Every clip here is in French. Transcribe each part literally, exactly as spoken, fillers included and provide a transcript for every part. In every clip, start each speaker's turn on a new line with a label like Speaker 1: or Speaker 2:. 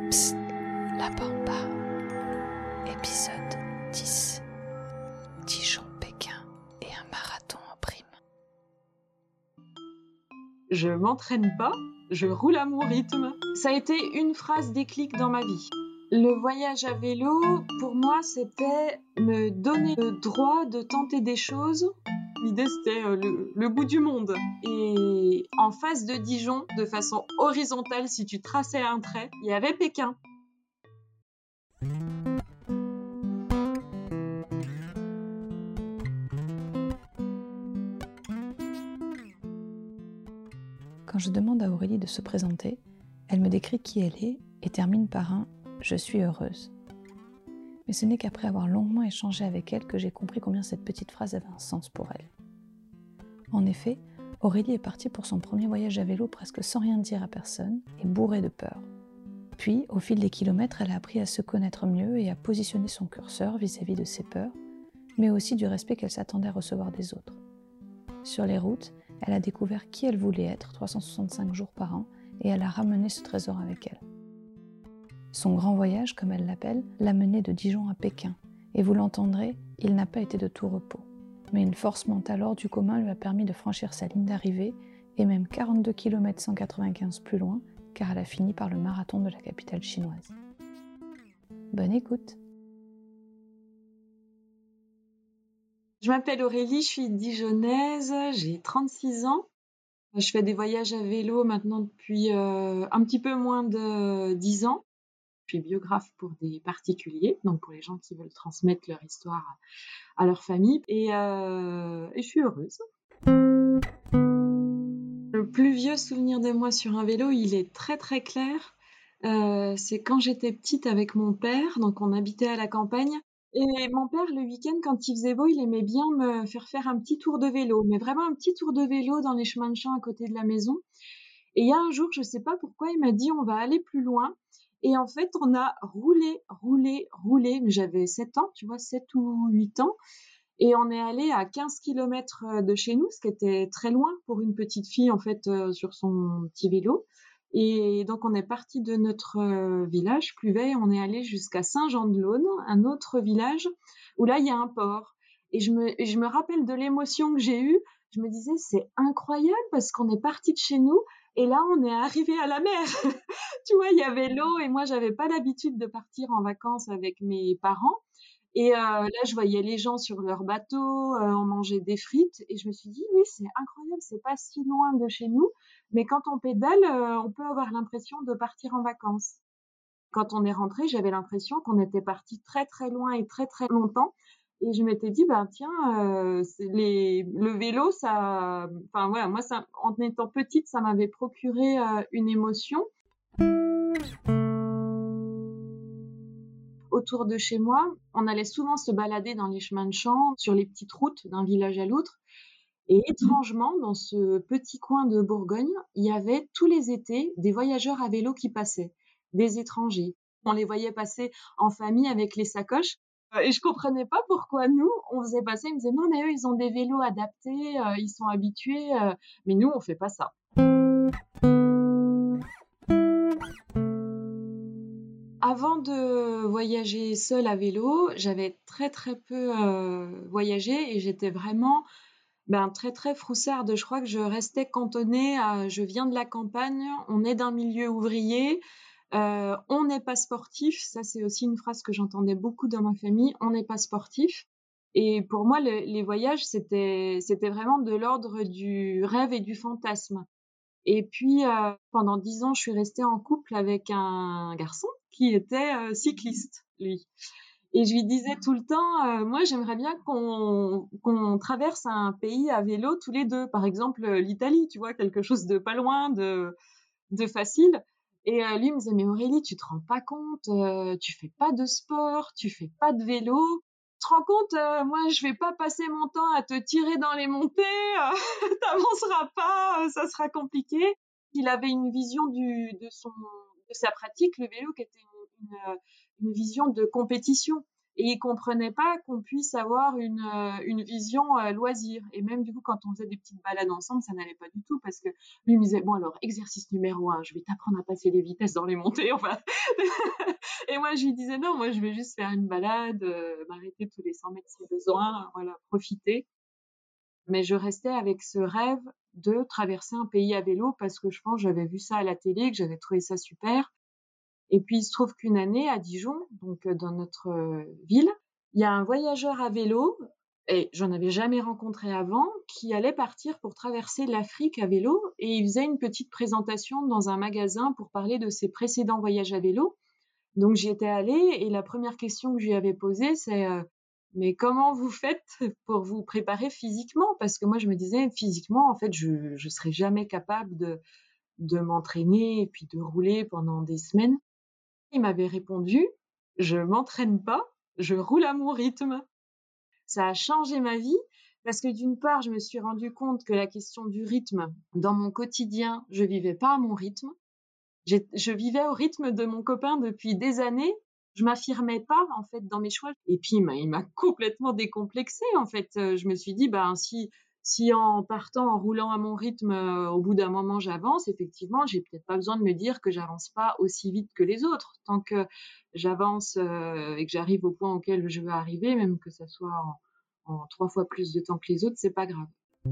Speaker 1: Psst, la Pampa, épisode dix. Dijon-Pékin et un marathon en prime.
Speaker 2: Je m'entraîne pas, je roule à mon rythme. Ça a été une phrase déclic dans ma vie. Le voyage à vélo, pour moi, c'était me donner le droit de tenter des choses. L'idée, c'était euh, le, le bout du monde. Et en face de Dijon, de façon horizontale, si tu traçais un trait, il y avait Pékin.
Speaker 1: Quand je demande à Aurélie de se présenter, elle me décrit qui elle est et termine par un « je suis heureuse ». Mais ce n'est qu'après avoir longuement échangé avec elle que j'ai compris combien cette petite phrase avait un sens pour elle. En effet, Aurélie est partie pour son premier voyage à vélo presque sans rien dire à personne et bourrée de peur. Puis, au fil des kilomètres, elle a appris à se connaître mieux et à positionner son curseur vis-à-vis de ses peurs, mais aussi du respect qu'elle s'attendait à recevoir des autres. Sur les routes, elle a découvert qui elle voulait être trois cent soixante-cinq jours par an et elle a ramené ce trésor avec elle. Son grand voyage, comme elle l'appelle, l'a menée de Dijon à Pékin. Et vous l'entendrez, il n'a pas été de tout repos. Mais une force mentale hors du commun lui a permis de franchir sa ligne d'arrivée et même quarante-deux kilomètres cent quatre-vingt-quinze plus loin, car elle a fini par le marathon de la capitale chinoise. Bonne écoute!
Speaker 2: Je m'appelle Aurélie, je suis dijonnaise, j'ai trente-six ans. Je fais des voyages à vélo maintenant depuis euh, un petit peu moins de dix ans. Je suis biographe pour des particuliers, donc pour les gens qui veulent transmettre leur histoire à leur famille. Et, euh, et je suis heureuse. Le plus vieux souvenir de moi sur un vélo, il est très très clair. Euh, c'est quand j'étais petite avec mon père, donc on habitait à la campagne. Et mon père, le week-end, quand il faisait beau, il aimait bien me faire faire un petit tour de vélo, mais vraiment un petit tour de vélo dans les chemins de champs à côté de la maison. Et il y a un jour, je sais pas pourquoi, il m'a dit on va aller plus loin. Et en fait, on a roulé, roulé, roulé. Mais j'avais sept ans, tu vois, sept ou huit ans. Et on est allé à quinze kilomètres de chez nous, ce qui était très loin pour une petite fille, en fait, euh, sur son petit vélo. Et donc, on est parti de notre euh, village, Pluvet, et on est allé jusqu'à Saint-Jean-de-Laune, un autre village, où là, il y a un port. Et je me, et je me rappelle de l'émotion que j'ai eue. Je me disais, c'est incroyable parce qu'on est parti de chez nous et là, on est arrivé à la mer. Tu vois, il y avait l'eau et moi, j'avais pas l'habitude de partir en vacances avec mes parents. Et euh, là, je voyais les gens sur leur bateau, euh, on mangeait des frites et je me suis dit, oui, c'est incroyable, c'est pas si loin de chez nous, mais quand on pédale, euh, on peut avoir l'impression de partir en vacances. Quand on est rentré, j'avais l'impression qu'on était parti très très loin et très très longtemps. Et je m'étais dit, ben tiens, euh, c'est les, le vélo, ça, enfin voilà, moi, ça, en étant petite, ça m'avait procuré euh, une émotion. Autour de chez moi, on allait souvent se balader dans les chemins de champs, sur les petites routes d'un village à l'autre. Et étrangement, dans ce petit coin de Bourgogne, il y avait tous les étés des voyageurs à vélo qui passaient, des étrangers. On les voyait passer en famille avec les sacoches. Et je comprenais pas pourquoi nous, on faisait passer, ils me disaient non, mais eux, ils ont des vélos adaptés, euh, ils sont habitués, euh, mais nous, on fait pas ça. Avant de voyager seule à vélo, j'avais très très peu euh, voyagé et j'étais vraiment ben, très très froussarde. Je crois que je restais cantonnée à je viens de la campagne, on est d'un milieu ouvrier, euh, on n'est pas sportif. Ça, c'est aussi une phrase que j'entendais beaucoup dans ma famille, on n'est pas sportif. Et pour moi, le, les voyages, c'était, c'était vraiment de l'ordre du rêve et du fantasme. Et puis, euh, pendant dix ans, je suis restée en couple avec un garçon qui était euh, cycliste, lui. Et je lui disais tout le temps, euh, moi, j'aimerais bien qu'on qu'on traverse un pays à vélo tous les deux. Par exemple, l'Italie, tu vois, quelque chose de pas loin, de, de facile. Et euh, lui me disait, mais Aurélie, tu te rends pas compte, euh, tu fais pas de sport, tu fais pas de vélo. Tu te rends compte, euh, moi, je vais pas passer mon temps à te tirer dans les montées, euh, t'avanceras pas, euh, ça sera compliqué. Il avait une vision du, de son, de sa pratique, le vélo, qui était une, une, une vision de compétition. Et il comprenait pas qu'on puisse avoir une, euh, une vision euh, loisir. Et même du coup, quand on faisait des petites balades ensemble, ça n'allait pas du tout parce que lui il me disait, bon alors, exercice numéro un, je vais t'apprendre à passer les vitesses dans les montées, enfin. Et moi, je lui disais, non, moi, je vais juste faire une balade, euh, m'arrêter tous les cent mètres si besoin, voilà, profiter. Mais je restais avec ce rêve de traverser un pays à vélo parce que je pense que j'avais vu ça à la télé, que j'avais trouvé ça super. Et puis, il se trouve qu'une année, à Dijon, donc euh, dans notre euh, ville, il y a un voyageur à vélo, et j'en avais jamais rencontré avant, qui allait partir pour traverser l'Afrique à vélo, et il faisait une petite présentation dans un magasin pour parler de ses précédents voyages à vélo. Donc, j'y étais allée, et la première question que je lui avais posée, c'est euh, mais comment vous faites pour vous préparer physiquement? Parce que moi, je me disais, physiquement, en fait, je ne serais jamais capable de, de m'entraîner et puis de rouler pendant des semaines. Il m'avait répondu, je m'entraîne pas, je roule à mon rythme. Ça a changé ma vie parce que d'une part, je me suis rendu compte que la question du rythme, dans mon quotidien, je vivais pas à mon rythme. J'ai- je vivais au rythme de mon copain depuis des années. Je m'affirmais pas, en fait, dans mes choix. Et puis, il m'a, il m'a complètement décomplexée, en fait. Euh, Je me suis dit, ben, si, si en partant, en roulant à mon rythme, euh, au bout d'un moment, j'avance, effectivement, j'ai peut-être pas besoin de me dire que j'avance pas aussi vite que les autres. Tant que j'avance, euh, et que j'arrive au point auquel je veux arriver, même que ça soit en, en trois fois plus de temps que les autres, c'est pas grave.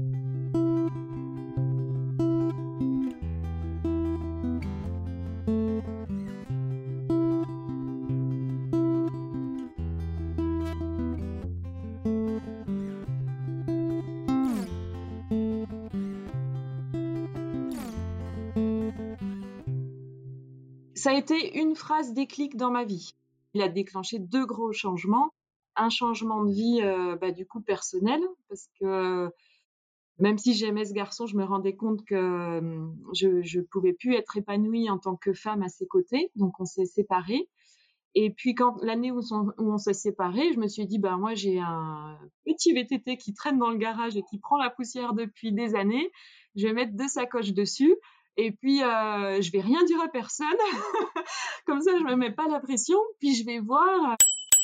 Speaker 2: Ça a été une phrase déclic dans ma vie. Il a déclenché deux gros changements. Un changement de vie, euh, bah, du coup, personnel, parce que même si j'aimais ce garçon, je me rendais compte que euh, je, je pouvais plus être épanouie en tant que femme à ses côtés. Donc, on s'est séparés. Et puis, quand l'année où, son- où on s'est séparés, je me suis dit, bah, moi, j'ai un petit V T T qui traîne dans le garage et qui prend la poussière depuis des années. Je vais mettre deux sacoches dessus. Et puis, euh, je vais rien dire à personne. Comme ça, je me mets pas la pression. Puis, je vais voir.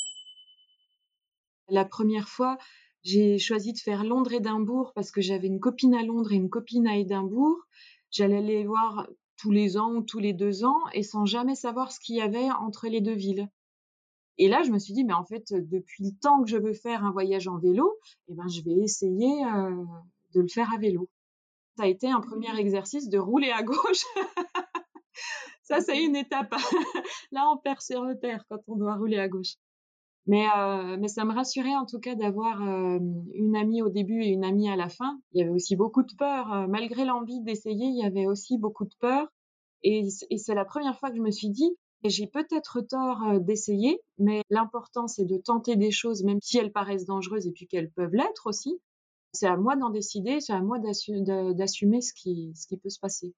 Speaker 2: La première fois, j'ai choisi de faire Londres-Édimbourg parce que j'avais une copine à Londres et une copine à Édimbourg. J'allais les voir tous les ans ou tous les deux ans et sans jamais savoir ce qu'il y avait entre les deux villes. Et là, je me suis dit, mais en fait, depuis le temps que je veux faire un voyage en vélo, eh ben, je vais essayer euh, de le faire à vélo. Ça a été un premier exercice de rouler à gauche. Ça, c'est une étape. Là, on perd ses repères quand on doit rouler à gauche. Mais, euh, mais ça me rassurait en tout cas d'avoir euh, une amie au début et une amie à la fin. Il y avait aussi beaucoup de peur. Euh, malgré l'envie d'essayer, il y avait aussi beaucoup de peur. Et, et c'est la première fois que je me suis dit, j'ai peut-être tort euh, d'essayer, mais l'important c'est de tenter des choses, même si elles paraissent dangereuses et puis qu'elles peuvent l'être aussi. C'est à moi d'en décider, c'est à moi d'assu- de- d'assumer ce qui, ce qui peut se passer.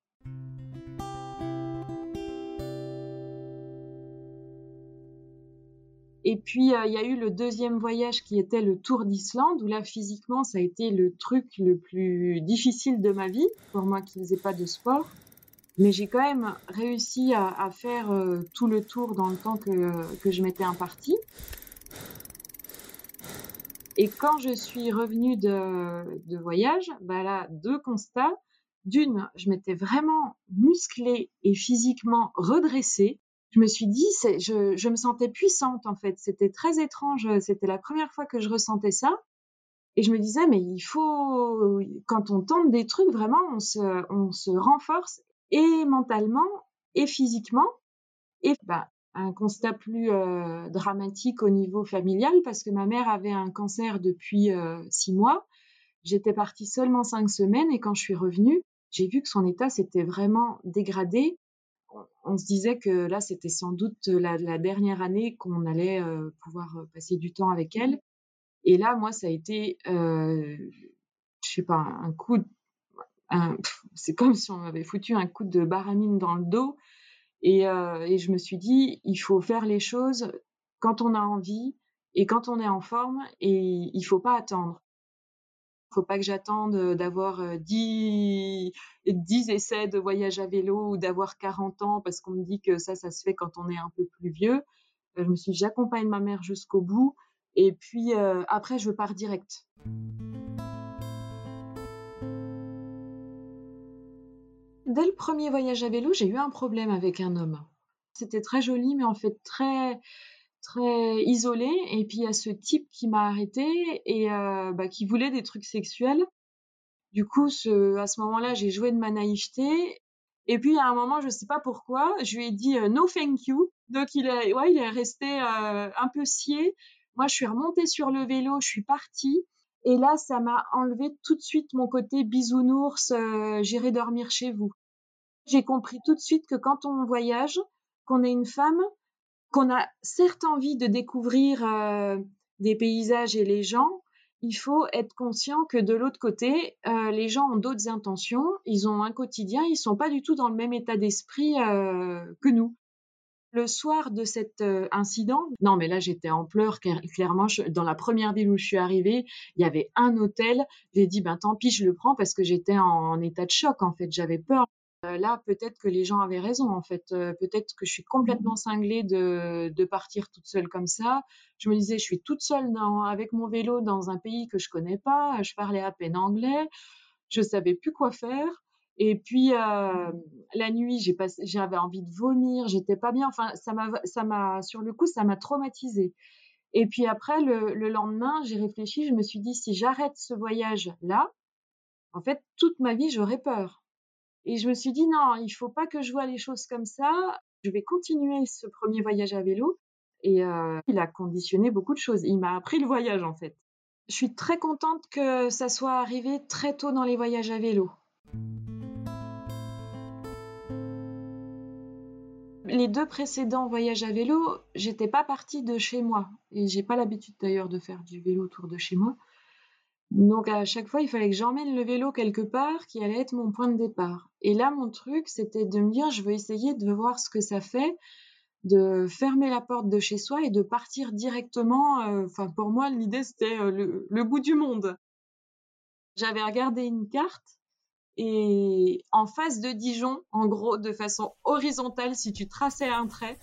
Speaker 2: Et puis, euh, il y a eu le deuxième voyage qui était le Tour d'Islande, où là, physiquement, ça a été le truc le plus difficile de ma vie, pour moi qui ne faisais pas de sport. Mais j'ai quand même réussi à, à faire euh, tout le tour dans le temps que, que je m'étais imparti. Et quand je suis revenue de, de voyage, bah là, deux constats. D'une, je m'étais vraiment musclée et physiquement redressée. Je me suis dit, c'est, je, je me sentais puissante en fait. C'était très étrange. C'était la première fois que je ressentais ça. Et je me disais, mais il faut, quand on tente des trucs, vraiment, on se, on se renforce et mentalement et physiquement. Et bah, un constat plus euh, dramatique au niveau familial parce que ma mère avait un cancer depuis euh, six mois. J'étais partie seulement cinq semaines et quand je suis revenue, j'ai vu que son état s'était vraiment dégradé. On, on se disait que là, c'était sans doute la, la dernière année qu'on allait euh, pouvoir passer du temps avec elle. Et là, moi, ça a été, euh, je sais pas, un coup, de, un, pff, c'est comme si on m'avait foutu un coup de baramine dans le dos. Et, euh, et je me suis dit, il faut faire les choses quand on a envie et quand on est en forme et il faut pas attendre. Il faut pas que j'attende d'avoir dix, dix essais de voyage à vélo ou d'avoir quarante ans parce qu'on me dit que ça, ça se fait quand on est un peu plus vieux. Je me suis dit: «J'accompagne ma mère jusqu'au bout et puis, heu, après je pars direct». Dès le premier voyage à vélo, j'ai eu un problème avec un homme. C'était très joli, mais en fait très, très isolé et puis il y a ce type qui m'a arrêtée et heu, bah, qui voulait des trucs sexuels. Du coup, ce à ce moment-là, j'ai joué de ma naïveté et puis à un moment, je sais pas pourquoi, je lui ai dit, heu: «No thank you». Donc il est ouais, il est resté, heu, un peu scié. Moi, je suis remontée sur le vélo, je suis partie et là, ça m'a enlevé tout de suite mon côté bisounours, heu, j'irai dormir chez vous. J'ai compris tout de suite que quand on voyage, qu'on est une femme, qu'on a certes envie de découvrir, heu, des paysages et les gens, il faut être conscient que de l'autre côté, heu, les gens ont d'autres intentions, ils ont un quotidien, ils sont pas du tout dans le même état d'esprit, heu, que nous. Le soir de cet, heu, incident, non mais là j'étais en pleurs clair clairement, je dans la première ville où je suis arrivée, il y avait un hôtel, j'ai dit: «Ben tant pis, je le prends» parce que j'étais en état de choc en fait, j'avais peur. Heu, là, peut-être que les gens avaient raison en fait, heu, peut-être que je suis complètement cinglée de de partir toute seule comme ça. Je me disais: «Je suis toute seule dans avec mon vélo dans un pays que je connais pas, je parlais à peine anglais». Je savais plus quoi faire et puis, heu, la nuit, j'ai passé j'avais envie de vomir, j'étais pas bien, enfin ça m'a ça m'a sur le coup, ça m'a traumatisée et puis après le le lendemain, j'ai réfléchi, je me suis dit: «Si j'arrête ce voyage-là, en fait, toute ma vie, j'aurais peur» et je me suis dit: «Non, il faut pas que je vois les choses comme ça, je vais continuer ce premier voyage à vélo» et heu, il a conditionné beaucoup de choses. Il m'a appris le voyage, en fait. Je suis très contente que ça soit arrivé très tôt dans les voyages à vélo. Les deux précédents voyages à vélo, j'étais pas partie de chez moi et j'ai pas l'habitude d'ailleurs de faire du vélo autour de chez moi. Donc à chaque fois, il fallait que j'emmène le vélo quelque part qui allait être mon point de départ. Et là, mon truc, c'était de me dire: «Je veux essayer de voir ce que ça fait de fermer la porte de chez soi et de partir directement», heu, enfin pour moi, l'idée, c'était, heu, le le bout du monde. J'avais regardé une carte et en face de Dijon, en gros, de façon horizontale, si tu traçais un trait,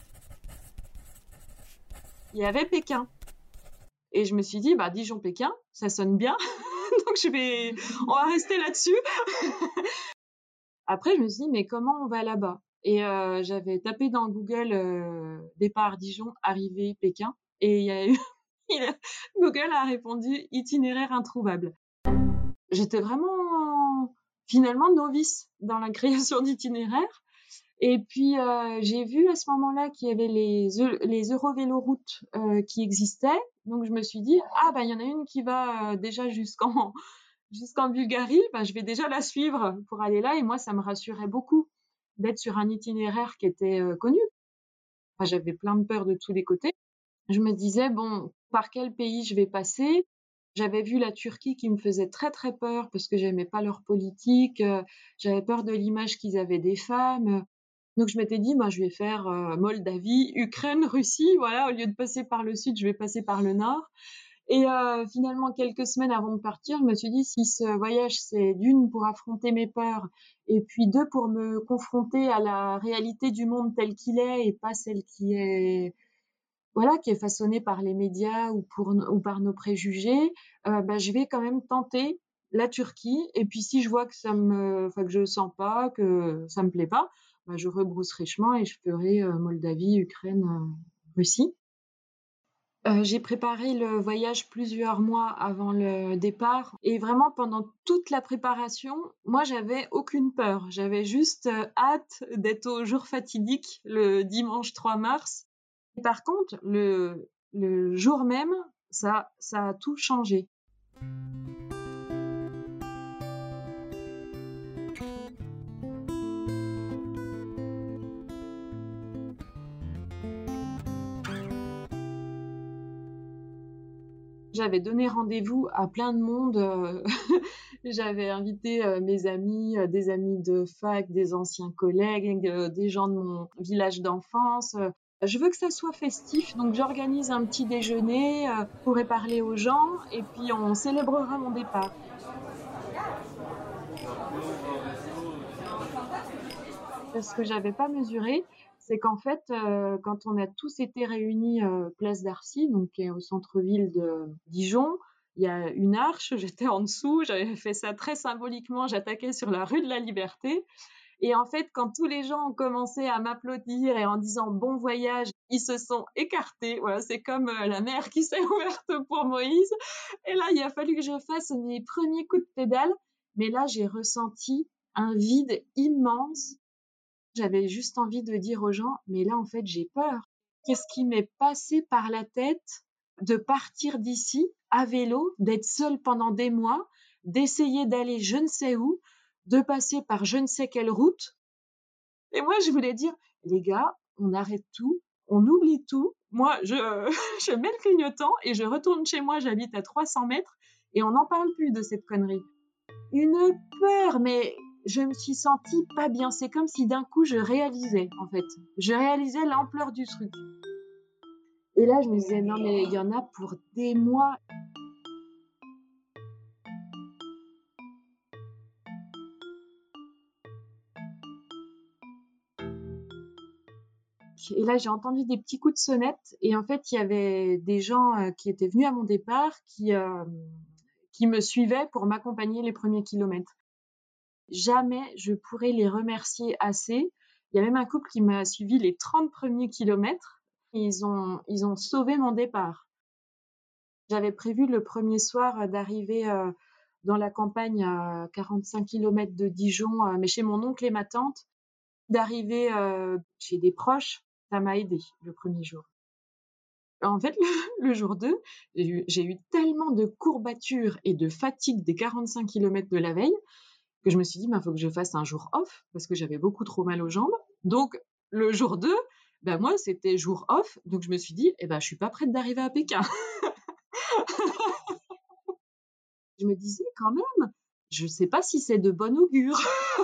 Speaker 2: il y avait Pékin. Et je me suis dit: «Bah, Dijon-Pékin, ça sonne bien, donc je vais on va rester là-dessus». Après, je me suis dit: «Mais comment on va là-bas?» et heu, j'avais tapé dans Google, heu, départ Dijon, arrivée Pékin et il y a eu il a Google a répondu: «Itinéraire introuvable». J'étais vraiment, finalement, novice dans la création d'itinéraires. Et puis, heu, j'ai vu à ce moment-là qu'il y avait les eu les Eurovéloroutes, heu, qui existaient. Donc je me suis dit: «Ah bah, il y en a une qui va, heu, déjà jusqu'en jusqu'en Bulgarie, bah, je vais déjà la suivre pour aller là» et moi ça me rassurait beaucoup d'être sur un itinéraire qui était, heu, connu. Enfin, j'avais plein de peurs de tous les côtés. Je me disais: «Bon, par quel pays je vais passer?» J'avais vu la Turquie qui me faisait très, très peur parce que j'aimais pas leur politique, heu, j'avais peur de l'image qu'ils avaient des femmes, donc je m'étais dit: «Bah, je vais faire, heu, Moldavie, Ukraine, Russie, voilà, au lieu de passer par le sud, je vais passer par le nord» et heu, finalement, quelques semaines avant de partir, je me suis dit: «Si ce voyage, c'est d'une pour affronter mes peurs et puis deux pour me confronter à la réalité du monde tel qu'il est et pas celle qui est voilà, qui est façonnée par les médias ou pour ou par nos préjugés, heu, bah, je vais quand même tenter la Turquie et puis si je vois que ça me enfin que je sens pas, que ça me plaît pas, bah, je rebrousserai chemin et je ferai, heu, Moldavie, Ukraine, heu, Russie». Heu, j'ai préparé le voyage plusieurs mois avant le départ et vraiment pendant toute la préparation, moi j'avais aucune peur. J'avais juste, heu, hâte d'être au jour fatidique, le dimanche trois mars. Et par contre, le le jour même, ça ça a tout changé. J'avais donné rendez-vous à plein de monde, heu, j'avais invité, heu, mes amis, heu, des amis de fac, des anciens collègues, heu, des gens de mon village d'enfance, heu. Je veux que ça soit festif, donc j'organise un petit déjeuner, heu, je pourrai parler aux gens et puis on célébrera mon départ. Ce que j'avais pas mesuré, c'est qu'en fait, heu, quand on a tous été réunis, heu, place d'Arcy, donc qui est au centre-ville de Dijon, il y a une arche, j'étais en dessous, j'avais fait ça très symboliquement, j'attaquais sur la rue de la Liberté et en fait, quand tous les gens ont commencé à m'applaudir et en disant: «Bon voyage», ils se sont écartés. Voilà, c'est comme, heu, la mer qui s'est ouverte pour Moïse et là, il a fallu que je fasse mes premiers coups de pédale, mais là, j'ai ressenti un vide immense. J'avais juste envie de dire aux gens: «Mais là, en fait, j'ai peur. Qu'est-ce qui m'est passé par la tête de partir d'ici à vélo, d'être seule pendant des mois, d'essayer d'aller je ne sais où, de passer par je ne sais quelle route?» Et moi, je voulais dire: «Les gars, on arrête tout, on oublie tout. Moi, je je mets le clignotant et je retourne chez moi, j'habite à trois cents mètres et on n'en parle plus de cette connerie». Une peur, mais je me suis sentie pas bien. C'est comme si d'un coup je réalisais, en fait. Je réalisais l'ampleur du truc. Et là, je me disais, non, mais il y en a pour des mois. Et là, j'ai entendu des petits coups de sonnette. Et en fait, il y avait des gens euh, qui étaient venus à mon départ, qui, euh, qui me suivaient pour m'accompagner les premiers kilomètres. Jamais je pourrais les remercier assez. Il y a même un couple qui m'a suivi les trente premiers kilomètres. Ils ont, ils ont sauvé mon départ. J'avais prévu le premier soir d'arriver euh, dans la campagne à quarante-cinq kilomètres de Dijon, euh, mais chez mon oncle et ma tante, d'arriver euh, chez des proches. Ça m'a aidé le premier jour. En fait, le, le jour deux, j'ai eu, j'ai eu tellement de courbatures et de fatigue des quarante-cinq kilomètres de la veille que je me suis dit, il bah, faut que je fasse un jour off parce que j'avais beaucoup trop mal aux jambes. Donc, le jour deux, ben moi, c'était jour off. Donc, je me suis dit, eh ben, je suis pas prête d'arriver à Pékin. Je me disais quand même, je sais pas si c'est de bon augure.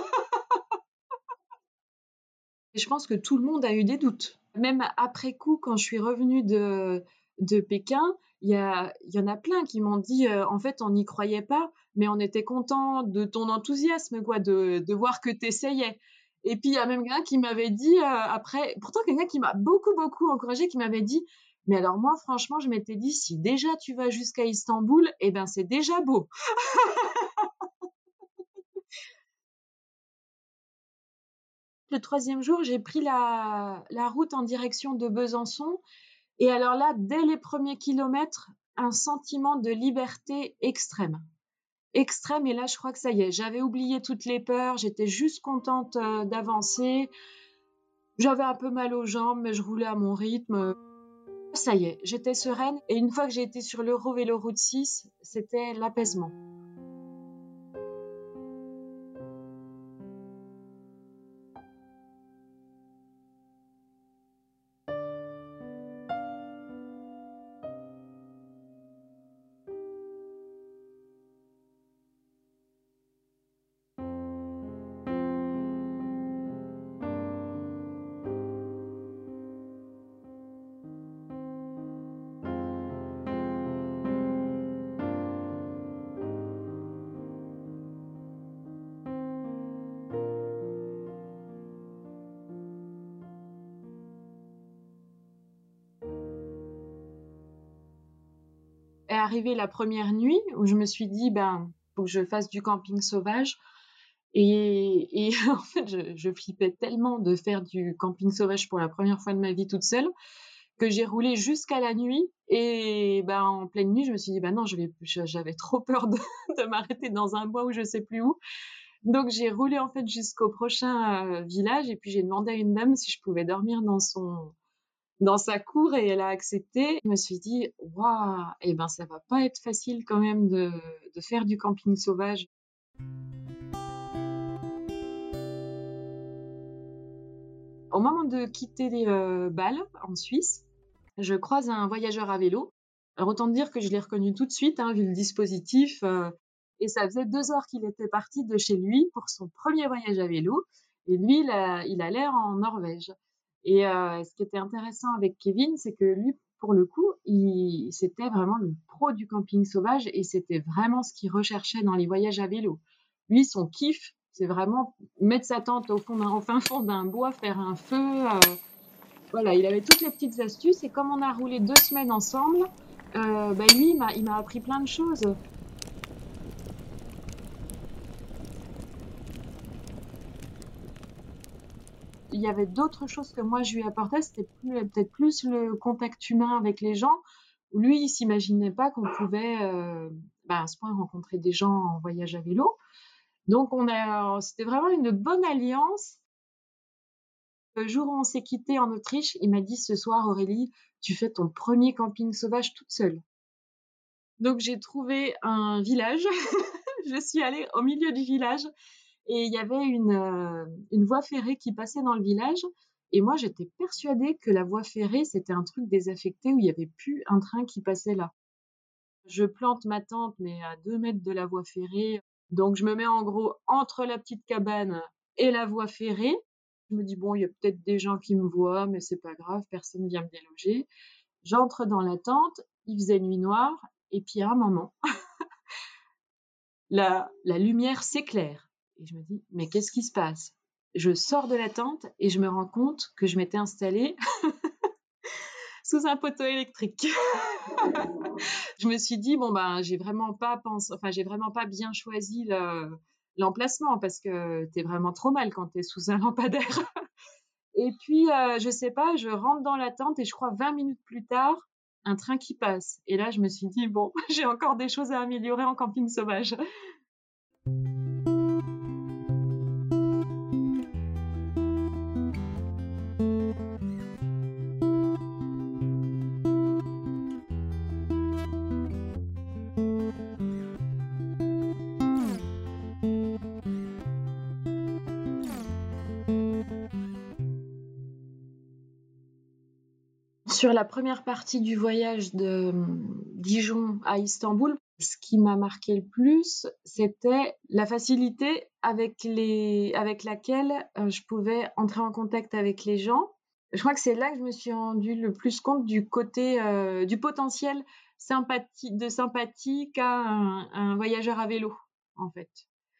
Speaker 2: Et je pense que tout le monde a eu des doutes. Même après coup, quand je suis revenue de, de Pékin, il y, a, il y en a plein qui m'ont dit, euh, en fait, on n'y croyait pas, mais on était content de ton enthousiasme, quoi, de, de voir que tu essayais. Et puis, il y a même quelqu'un qui m'avait dit, euh, après, pourtant quelqu'un qui m'a beaucoup, beaucoup encouragé, qui m'avait dit, mais alors moi, franchement, je m'étais dit, si déjà tu vas jusqu'à Istanbul, eh ben, c'est déjà beau. Le troisième jour, j'ai pris la, la route en direction de Besançon. Et alors là, dès les premiers kilomètres, un sentiment de liberté extrême. Extrême, et là, je crois que ça y est, j'avais oublié toutes les peurs, j'étais juste contente euh, d'avancer. J'avais un peu mal aux jambes, mais je roulais à mon rythme. Ça y est, j'étais sereine. Et une fois que j'ai été sur l'Eurovélo Route six, c'était l'apaisement. Est arrivée la première nuit où je me suis dit, ben, faut que je fasse du camping sauvage. Et, et en fait, je, je flippais tellement de faire du camping sauvage pour la première fois de ma vie toute seule que j'ai roulé jusqu'à la nuit. Et ben, en pleine nuit, je me suis dit, ben non, je vais, j'avais trop peur de, de m'arrêter dans un bois où je sais plus où. Donc, j'ai roulé en fait jusqu'au prochain euh, village et puis j'ai demandé à une dame si je pouvais dormir dans son, dans sa cour et elle a accepté. Je me suis dit, waouh, et ben, ça va pas être facile quand même de, de faire du camping sauvage. Au moment de quitter euh, Bâle, en Suisse, je croise un voyageur à vélo. Alors autant dire que je l'ai reconnu tout de suite, hein, vu le dispositif. Euh, et ça faisait deux heures qu'il était parti de chez lui pour son premier voyage à vélo. Et lui, il a, il a l'air en Norvège. Et euh, ce qui était intéressant avec Kevin, c'est que lui, pour le coup, il, c'était vraiment le pro du camping sauvage et c'était vraiment ce qu'il recherchait dans les voyages à vélo. Lui, son kiff, c'est vraiment mettre sa tente au, fond d'un, au fin fond d'un bois, faire un feu, euh, Voilà, il avait toutes les petites astuces et comme on a roulé deux semaines ensemble, euh, bah lui, il m'a, il m'a appris plein de choses. Il y avait d'autres choses que moi je lui apportais, c'était plus, peut-être plus le contact humain avec les gens, où lui, il s'imaginait pas qu'on pouvait euh, bah, à ce point rencontrer des gens en voyage à vélo. Donc on a, c'était vraiment une bonne alliance. Le jour où on s'est quitté en Autriche, il m'a dit ce soir, Aurélie, tu fais ton premier camping sauvage toute seule. Donc j'ai trouvé un village, je suis allée au milieu du village et il y avait une, euh, une voie ferrée qui passait dans le village. Et moi, j'étais persuadée que la voie ferrée, c'était un truc désaffecté où il n'y avait plus un train qui passait là. Je plante ma tente, mais à deux mètres de la voie ferrée. Donc, je me mets en gros entre la petite cabane et la voie ferrée. Je me dis, bon, il y a peut-être des gens qui me voient, mais c'est pas grave, personne vient me déloger. J'entre dans la tente, il faisait nuit noire, et puis à un moment, la, la lumière s'éclaire. Et je me dis, mais qu'est-ce qui se passe? Je sors de la tente et je me rends compte que je m'étais installée sous un poteau électrique. Je me suis dit, bon, ben, j'ai vraiment pas pensé, enfin, j'ai vraiment pas bien choisi le, l'emplacement parce que t'es vraiment trop mal quand t'es sous un lampadaire. Et puis, euh, je sais pas, je rentre dans la tente et je crois vingt minutes plus tard, un train qui passe. Et là, je me suis dit, bon, j'ai encore des choses à améliorer en camping sauvage. Sur la première partie du voyage de Dijon à Istanbul, ce qui m'a marqué le plus, c'était la facilité avec, les, avec laquelle euh, je pouvais entrer en contact avec les gens. Je crois que c'est là que je me suis rendu le plus compte du côté, euh, du potentiel sympathie, de sympathie qu'a un, un voyageur à vélo, en fait.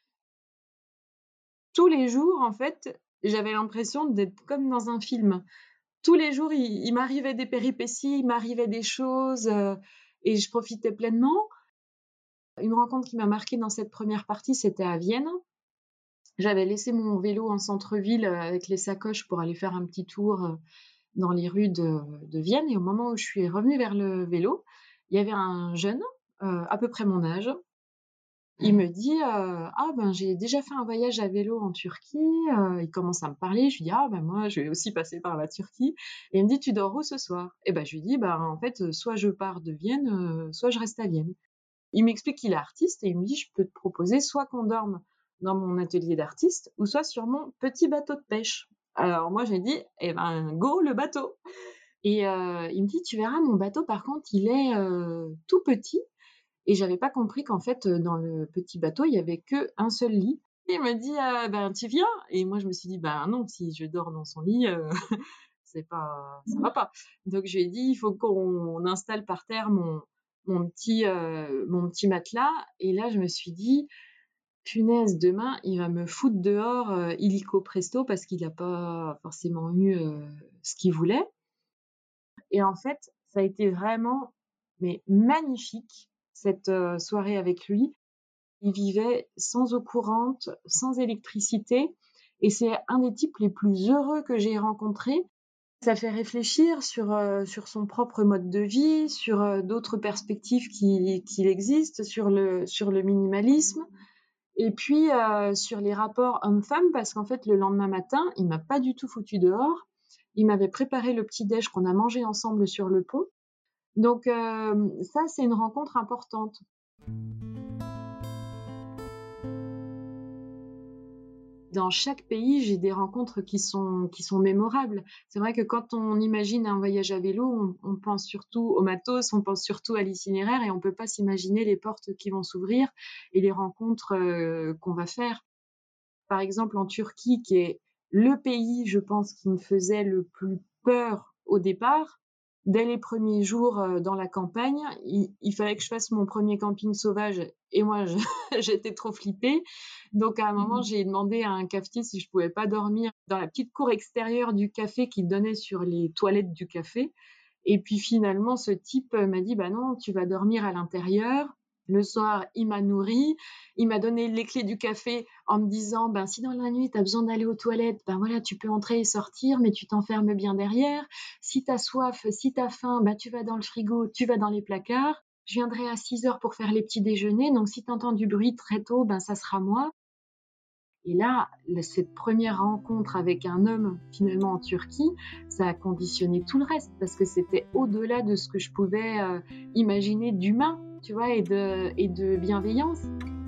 Speaker 2: Tous les jours, en fait, j'avais l'impression d'être comme dans un film. Tous les jours, il, il m'arrivait des péripéties, il m'arrivait des choses euh, et je profitais pleinement. Une rencontre qui m'a marquée dans cette première partie, c'était à Vienne. J'avais laissé mon vélo en centre-ville avec les sacoches pour aller faire un petit tour dans les rues de, de Vienne. Et au moment où je suis revenue vers le vélo, il y avait un jeune, euh, à peu près mon âge. Il me dit euh, ah ben j'ai déjà fait un voyage à vélo en Turquie. Euh, il commence à me parler. Je lui dis ah ben moi je vais aussi passer par la Turquie. Et il me dit tu dors où ce soir? Et ben je lui dis ben en fait soit je pars de Vienne, euh, soit je reste à Vienne. Il m'explique qu'il est artiste et il me dit je peux te proposer soit qu'on dorme dans mon atelier d'artiste ou soit sur mon petit bateau de pêche. Alors moi j'ai dit eh ben go le bateau. Et euh, il me dit tu verras mon bateau par contre il est euh, tout petit. Et j'avais pas compris qu'en fait, dans le petit bateau, il y avait que un seul lit. Et il me dit, euh, ben, tu viens? Et moi, je me suis dit, ben non, si je dors dans son lit, euh, c'est pas, ça va pas. Donc, je lui ai dit, il faut qu'on installe par terre mon, mon petit, euh, mon petit matelas. Et là, je me suis dit, punaise, demain, il va me foutre dehors, euh, illico presto, parce qu'il n'a pas forcément eu euh, ce qu'il voulait. Et en fait, ça a été vraiment, mais magnifique, cette euh, soirée avec lui. Il vivait sans eau courante, sans électricité, et c'est un des types les plus heureux que j'ai rencontrés. Ça fait réfléchir sur, euh, sur son propre mode de vie, sur euh, d'autres perspectives qui, qui existent, sur le, sur le minimalisme, et puis euh, sur les rapports hommes-femmes, parce qu'en fait, le lendemain matin, il m'a pas du tout foutu dehors. Il m'avait préparé le petit-déj qu'on a mangé ensemble sur le pont. Donc euh, ça, c'est une rencontre importante. Dans chaque pays, j'ai des rencontres qui sont, qui sont mémorables. C'est vrai que quand on imagine un voyage à vélo, on, on pense surtout au matos, on pense surtout à l'itinéraire et on ne peut pas s'imaginer les portes qui vont s'ouvrir et les rencontres euh, qu'on va faire. Par exemple, en Turquie, qui est le pays, je pense, qui me faisait le plus peur au départ, dès les premiers jours euh, dans la campagne, il, il fallait que je fasse mon premier camping sauvage et moi, je, j'étais trop flippée. Donc, à un moment, j'ai demandé à un cafetier si je pouvais pas dormir dans la petite cour extérieure du café qui donnait sur les toilettes du café. Et puis finalement, ce type euh, m'a dit, bah non, tu vas dormir à l'intérieur. Le soir, il m'a nourri, il m'a donné les clés du café en me disant, ben si dans la nuit, tu as besoin d'aller aux toilettes, ben voilà, tu peux entrer et sortir, mais tu t'enfermes bien derrière. Si tu as soif, si tu as faim, ben tu vas dans le frigo, tu vas dans les placards. Je viendrai à six heures pour faire les petits déjeuners, donc si tu entends du bruit très tôt, ben ça sera moi. Et là, cette première rencontre avec un homme, finalement en Turquie, ça a conditionné tout le reste, parce que c'était au-delà de ce que je pouvais euh, imaginer d'humain, tu vois, et de, et de bienveillance.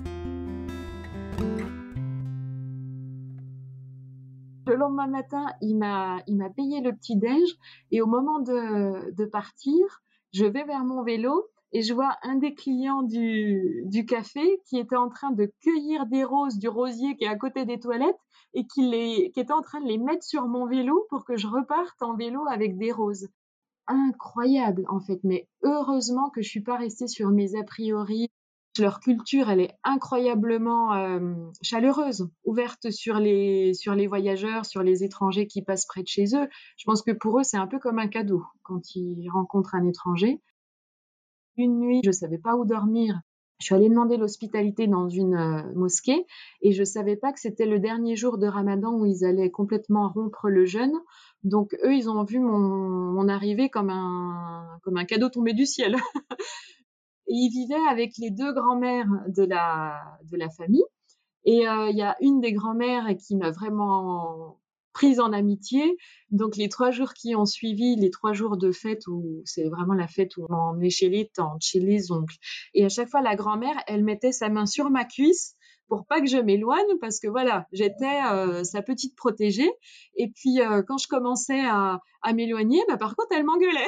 Speaker 2: Le lendemain matin, il m'a, il m'a payé le petit-déj, et au moment de, de partir, je vais vers mon vélo, et je vois un des clients du, du café qui était en train de cueillir des roses du rosier qui est à côté des toilettes et qui, les, qui était en train de les mettre sur mon vélo pour que je reparte en vélo avec des roses. Incroyable, en fait, mais heureusement que je suis pas restée sur mes a priori. Leur culture, elle est incroyablement euh, chaleureuse, ouverte sur les, sur les voyageurs, sur les étrangers qui passent près de chez eux. Je pense que pour eux, c'est un peu comme un cadeau quand ils rencontrent un étranger. Une nuit, je savais pas où dormir. Je suis allée demander l'hospitalité dans une euh, mosquée et je savais pas que c'était le dernier jour de Ramadan où ils allaient complètement rompre le jeûne. Donc eux, ils ont vu mon, mon arrivée comme un, comme un cadeau tombé du ciel. Et ils vivaient avec les deux grands-mères de la, de la famille. Et euh, il y a une des grand-mères qui m'a vraiment prise en amitié. Donc les trois jours qui ont suivi, les trois jours de fête où c'est vraiment la fête où on emmenait chez les tantes, chez les oncles. Et à chaque fois, la grand-mère, elle mettait sa main sur ma cuisse pour pas que je m'éloigne parce que voilà, j'étais euh, sa petite protégée. Et puis euh, quand je commençais à, à m'éloigner, bah, par contre, elle m'engueulait.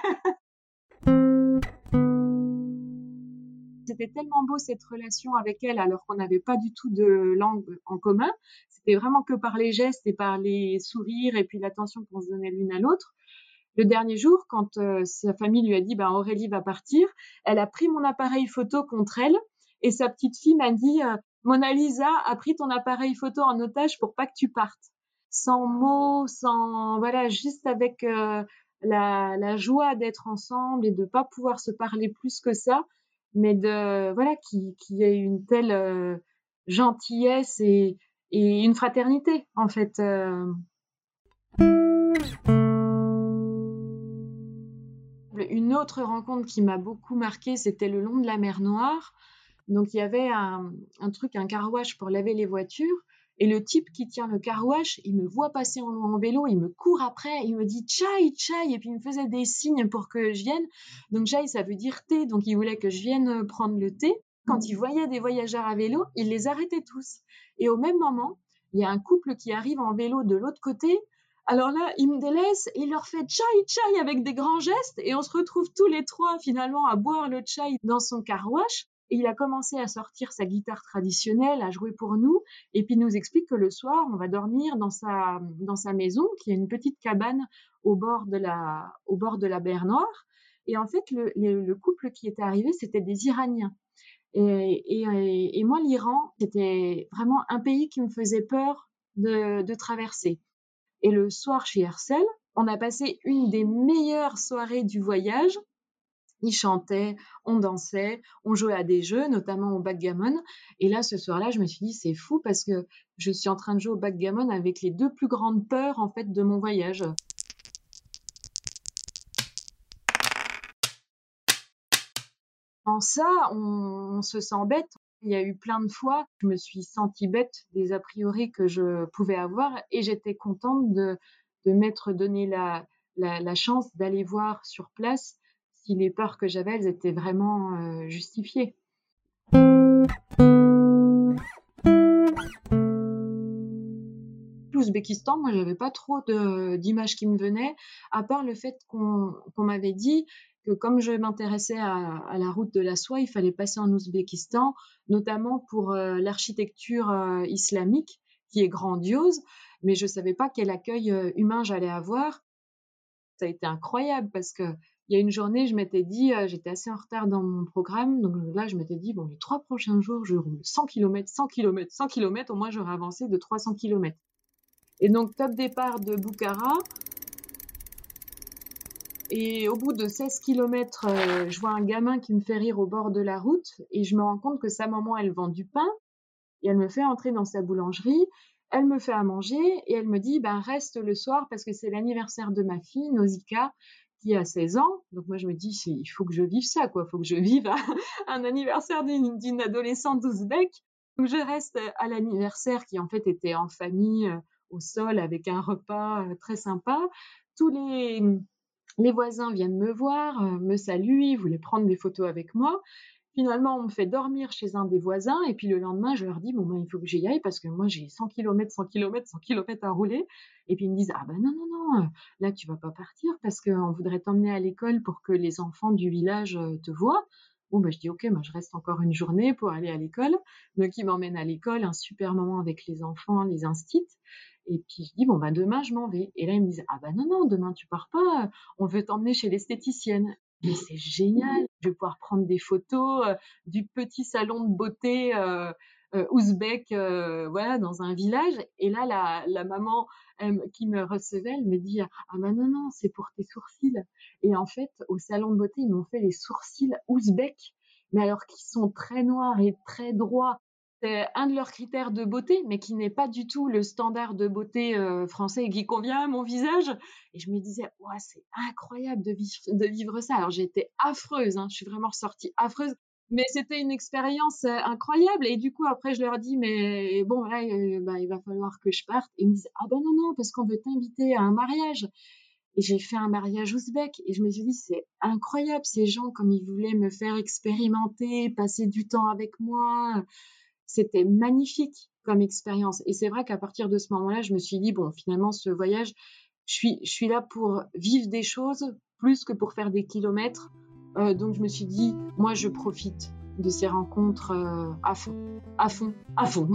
Speaker 2: C'était tellement beau cette relation avec elle alors qu'on n'avait pas du tout de langue en commun. C'était vraiment que par les gestes et par les sourires et puis l'attention qu'on se donnait l'une à l'autre. Le dernier jour, quand euh, sa famille lui a dit ben, Aurélie va partir, elle a pris mon appareil photo contre elle et sa petite fille m'a dit euh, Mona Lisa a pris ton appareil photo en otage pour pas que tu partes. Sans mots, sans voilà, juste avec euh, la, la joie d'être ensemble et de pas pouvoir se parler plus que ça, mais de voilà qui qui ait une telle euh, gentillesse et et une fraternité en fait. Euh. Une autre rencontre qui m'a beaucoup marquée, c'était le long de la mer Noire. Donc il y avait un, un truc, un car wash pour laver les voitures. Et le type qui tient le car wash, il me voit passer en, en vélo, il me court après, il me dit chai, chai, et puis il me faisait des signes pour que je vienne. Donc chai, ça veut dire thé, donc il voulait que je vienne prendre le thé. Quand il voyait des voyageurs à vélo, il les arrêtait tous. Et au même moment, il y a un couple qui arrive en vélo de l'autre côté. Alors là, il me délaisse et il leur fait chai chai avec des grands gestes et on se retrouve tous les trois finalement à boire le chai dans son car wash. Et il a commencé à sortir sa guitare traditionnelle, à jouer pour nous, et puis il nous explique que le soir, on va dormir dans sa, dans sa maison, qui est une petite cabane au bord de la, au bord de la mer Noire. Et en fait, le, le, le couple qui était arrivé, c'était des Iraniens. Et, et, et moi, l'Iran, c'était vraiment un pays qui me faisait peur de, de traverser. Et le soir chez Hersel, on a passé une des meilleures soirées du voyage. Ils chantaient, on dansait, on jouait à des jeux, notamment au backgammon. Et là, ce soir-là, je me suis dit, c'est fou parce que je suis en train de jouer au backgammon avec les deux plus grandes peurs, en fait, de mon voyage. En ça, on, on se sent bête. Il y a eu plein de fois, je me suis sentie bête des a priori que je pouvais avoir et j'étais contente de, de m'être donné la, la, la chance d'aller voir sur place si les peurs que j'avais, elles étaient vraiment euh, justifiées. L'Ouzbékistan, moi, j'avais pas trop de, d'images qui me venaient, à part le fait qu'on, qu'on m'avait dit que comme je m'intéressais à, à la route de la soie, il fallait passer en Ouzbékistan, notamment pour euh, l'architecture euh, islamique, qui est grandiose, mais je savais pas quel accueil euh, humain j'allais avoir. Ça a été incroyable parce qu'il y a une journée, je m'étais dit, heu, j'étais assez en retard dans mon programme, donc là, je m'étais dit: «Bon, les trois prochains jours, je roule cent kilomètres, cent kilomètres, cent kilomètres, au moins j'aurai avancé de trois cents kilomètres» et donc top départ de Bukhara et au bout de seize kilomètres, heu, je vois un gamin qui me fait rire au bord de la route et je me rends compte que sa maman, elle vend du pain et elle me fait entrer dans sa boulangerie. Elle me fait à manger et elle me dit: «Ben, reste le soir parce que c'est l'anniversaire de ma fille, Nausicaa, qui a seize ans». Donc moi, je me dis: «C'est il faut que je vive ça, quoi. Il faut que je vive un un anniversaire d'une d'une adolescente ouzbèke». Donc je reste à l'anniversaire qui, en fait, était en famille, heu, au sol avec un repas, heu, très sympa. Tous les, mmh, les voisins viennent me voir, heu, me saluent, ils voulaient prendre des photos avec moi. Finalement, on me fait dormir chez un des voisins et puis le lendemain, je leur dis: «Bon, ben, il faut que j'y aille parce que moi, j'ai cent kilomètres, cent kilomètres, cent kilomètres à rouler» et puis ils me disent: «Ah ben non, non, non, heu, là, tu vas pas partir parce qu'on voudrait t'emmener à l'école pour que les enfants du village, heu, te voient». Bon, ben, je dis: «OK, moi, je reste encore une journée pour aller à l'école». Donc ils m'emmènent à l'école, un super moment avec les enfants, les instits et puis je dis: «Bon, ben, demain, je m'en vais» et là, ils me disent: «Ah ben non, non, demain, tu pars pas, on veut t'emmener chez l'esthéticienne». Mais c'est génial, je vais pouvoir prendre des photos, heu, du petit salon de beauté, heu heu, ouzbek, heu, voilà, dans un village et là, la la maman, elle qui me recevait, elle me dit: «Ah bah non, non, c'est pour tes sourcils» et en fait, au salon de beauté, ils m'ont fait les sourcils ouzbeks, mais alors qui sont très noirs et très droits. C'est un de leurs critères de beauté, mais qui n'est pas du tout le standard de beauté, heu, français et qui convient à mon visage et je me disais: «Ouah, c'est incroyable de vivre de vivre ça». Alors j'ai été affreuse, hein, je suis vraiment ressortie affreuse, mais c'était une expérience, heu, incroyable et du coup après je leur dis: «Mais bon là, heu, bah, il va falloir que je parte» et ils me disent: «Ah bah non, non, parce qu'on veut t'inviter à un mariage» et j'ai fait un mariage ouzbek et je me suis dit: «C'est incroyable ces gens comme ils voulaient me faire expérimenter, passer du temps avec moi». C'était magnifique comme expérience et c'est vrai qu'à partir de ce moment-là, je me suis dit: «Bon, finalement, ce voyage, je suis je suis là pour vivre des choses plus que pour faire des kilomètres». Heu, donc je me suis dit: «Moi, je profite de ces rencontres, heu, à fond, à fond, à fond».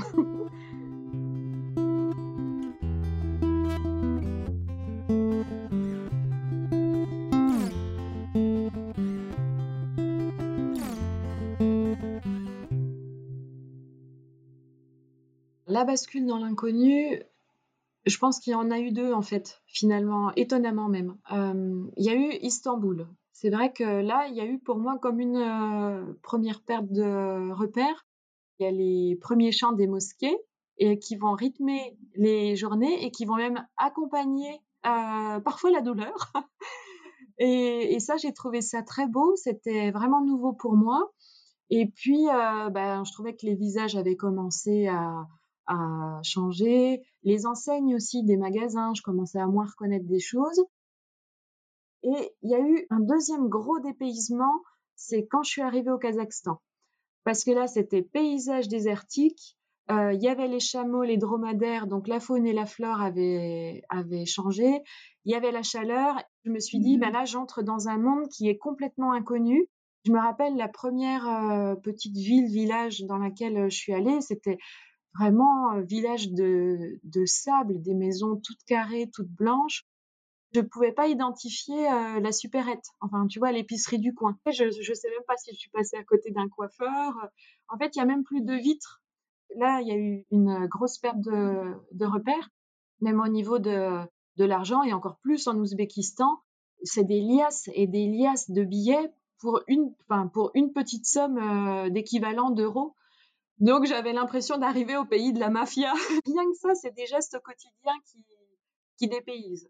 Speaker 2: La bascule dans l'inconnu, je pense qu'il y en a eu deux en fait, finalement, étonnamment même. Hem, il y a eu Istanbul. C'est vrai que là, il y a eu pour moi comme une, heu, première perte de repères. Il y a les premiers chants des mosquées et qui vont rythmer les journées et qui vont même accompagner, heu, parfois la douleur et et ça, j'ai trouvé ça très beau. C'était vraiment nouveau pour moi et puis, heu, ben, je trouvais que les visages avaient commencé à à changer. Les enseignes aussi des magasins, je commençais à moins reconnaître des choses et il y a eu un deuxième gros dépaysement, c'est quand je suis arrivée au Kazakhstan. Parce que là, c'était paysage désertique, heu, il y avait les chameaux, les dromadaires, donc la faune et la flore avaient avaient changé. Il y avait la chaleur. Je me suis dit: «Bah, là, j'entre dans un monde qui est complètement inconnu». Je me rappelle la première re petite ville, village dans laquelle, heu, je suis allée, c'était vraiment, heu, village de de sable, des maisons toutes carrées, toutes blanches. Je pouvais pas identifier, heu, la supérette, enfin, tu vois, l'épicerie du coin. Je je sais même pas si je suis passée à côté d'un coiffeur, heu, en fait, il y a même plus de vitres. Là, il y a eu une, grosse perte de de repères, même au niveau de de l'argent et encore plus en Ouzbékistan. C'est des liasses et des liasses de billets pour une enfin, pour une petite somme, heu, d'équivalent d'euros. Donc j'avais l'impression d'arriver au pays de la mafia. Rien que ça, c'est des gestes quotidiens qui qui dépaysent.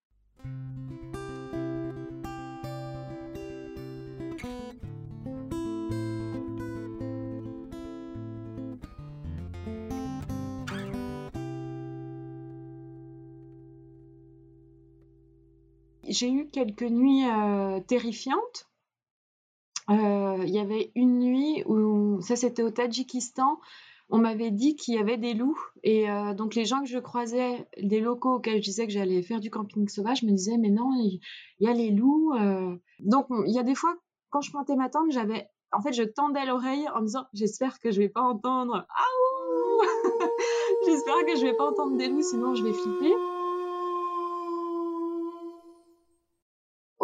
Speaker 2: J'ai eu quelques nuits, heu, terrifiantes. Heu, il y avait une nuit où ça, c'était au Tadjikistan, on m'avait dit qu'il y avait des loups et heu, donc les gens que je croisais, des locaux auxquels je disais que j'allais faire du camping sauvage me disaient: «Mais non, il il y a les loups», heu, donc il y a des fois, quand je pointais ma tente, j'avais en fait, je tendais l'oreille en me disant: «J'espère que je vais pas entendre "Aouh!" J'espère que je vais pas entendre des loups, sinon je vais flipper».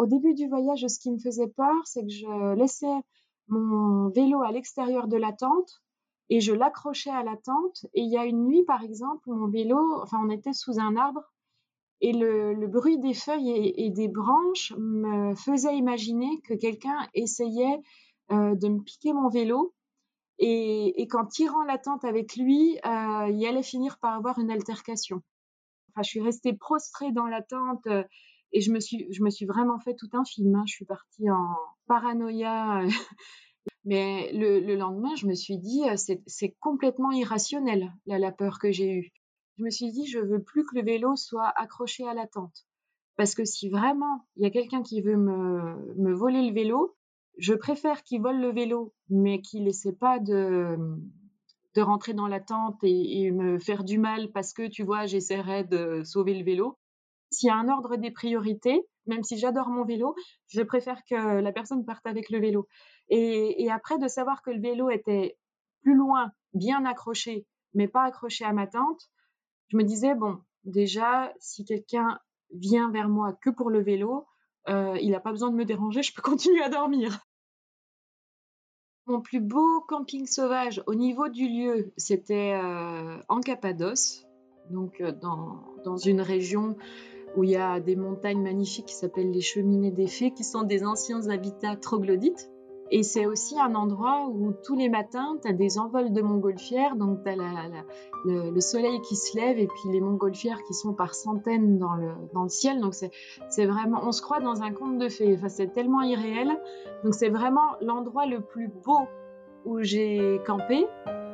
Speaker 2: au début du voyage, ce qui me faisait peur, c'est que je laissais mon vélo à l'extérieur de la tente et je l'accrochais à la tente. Et il y a une nuit, par exemple, mon vélo, enfin, on était sous un arbre et le, le bruit des feuilles et, et des branches me faisait imaginer que quelqu'un essayait euh, de me piquer mon vélo. Et, et qu'en tirant la tente avec lui, euh, il allait finir par avoir une altercation. Enfin, je suis restée prostrée dans la tente euh, et je me suis, je me suis vraiment fait tout un film. Hein. Je suis partie en paranoïa. Mais le, le lendemain, je me suis dit, euh, c'est, c'est complètement irrationnel, là, la peur que j'ai eue. Je me suis dit, je veux plus que le vélo soit accroché à la tente. Parce que si vraiment il y a quelqu'un qui veut me, me voler le vélo, je préfère qu'il vole le vélo, mais qu'il n'essaie pas de, de rentrer dans la tente et, et me faire du mal parce que, tu vois, j'essaierai de sauver le vélo. S'il y a un ordre des priorités, même si j'adore mon vélo, je préfère que la personne parte avec le vélo. Et, et après, de savoir que le vélo était plus loin, bien accroché, mais pas accroché à ma tente, je me disais, bon, déjà, si quelqu'un vient vers moi que pour le vélo, euh, il n'a pas besoin de me déranger, je peux continuer à dormir. Mon plus beau camping sauvage au niveau du lieu, c'était euh, en Cappadoce, donc euh, dans, dans une région où il y a des montagnes magnifiques qui s'appellent les Cheminées des Fées, qui sont des anciens habitats troglodytes. Et c'est aussi un endroit où tous les matins, tu as des envols de montgolfières, donc tu as la, la, le, le soleil qui se lève et puis les montgolfières qui sont par centaines dans le, dans le ciel. Donc c'est, c'est vraiment, on se croit dans un conte de fées. Enfin, c'est tellement irréel. Donc c'est vraiment l'endroit le plus beau où j'ai campé.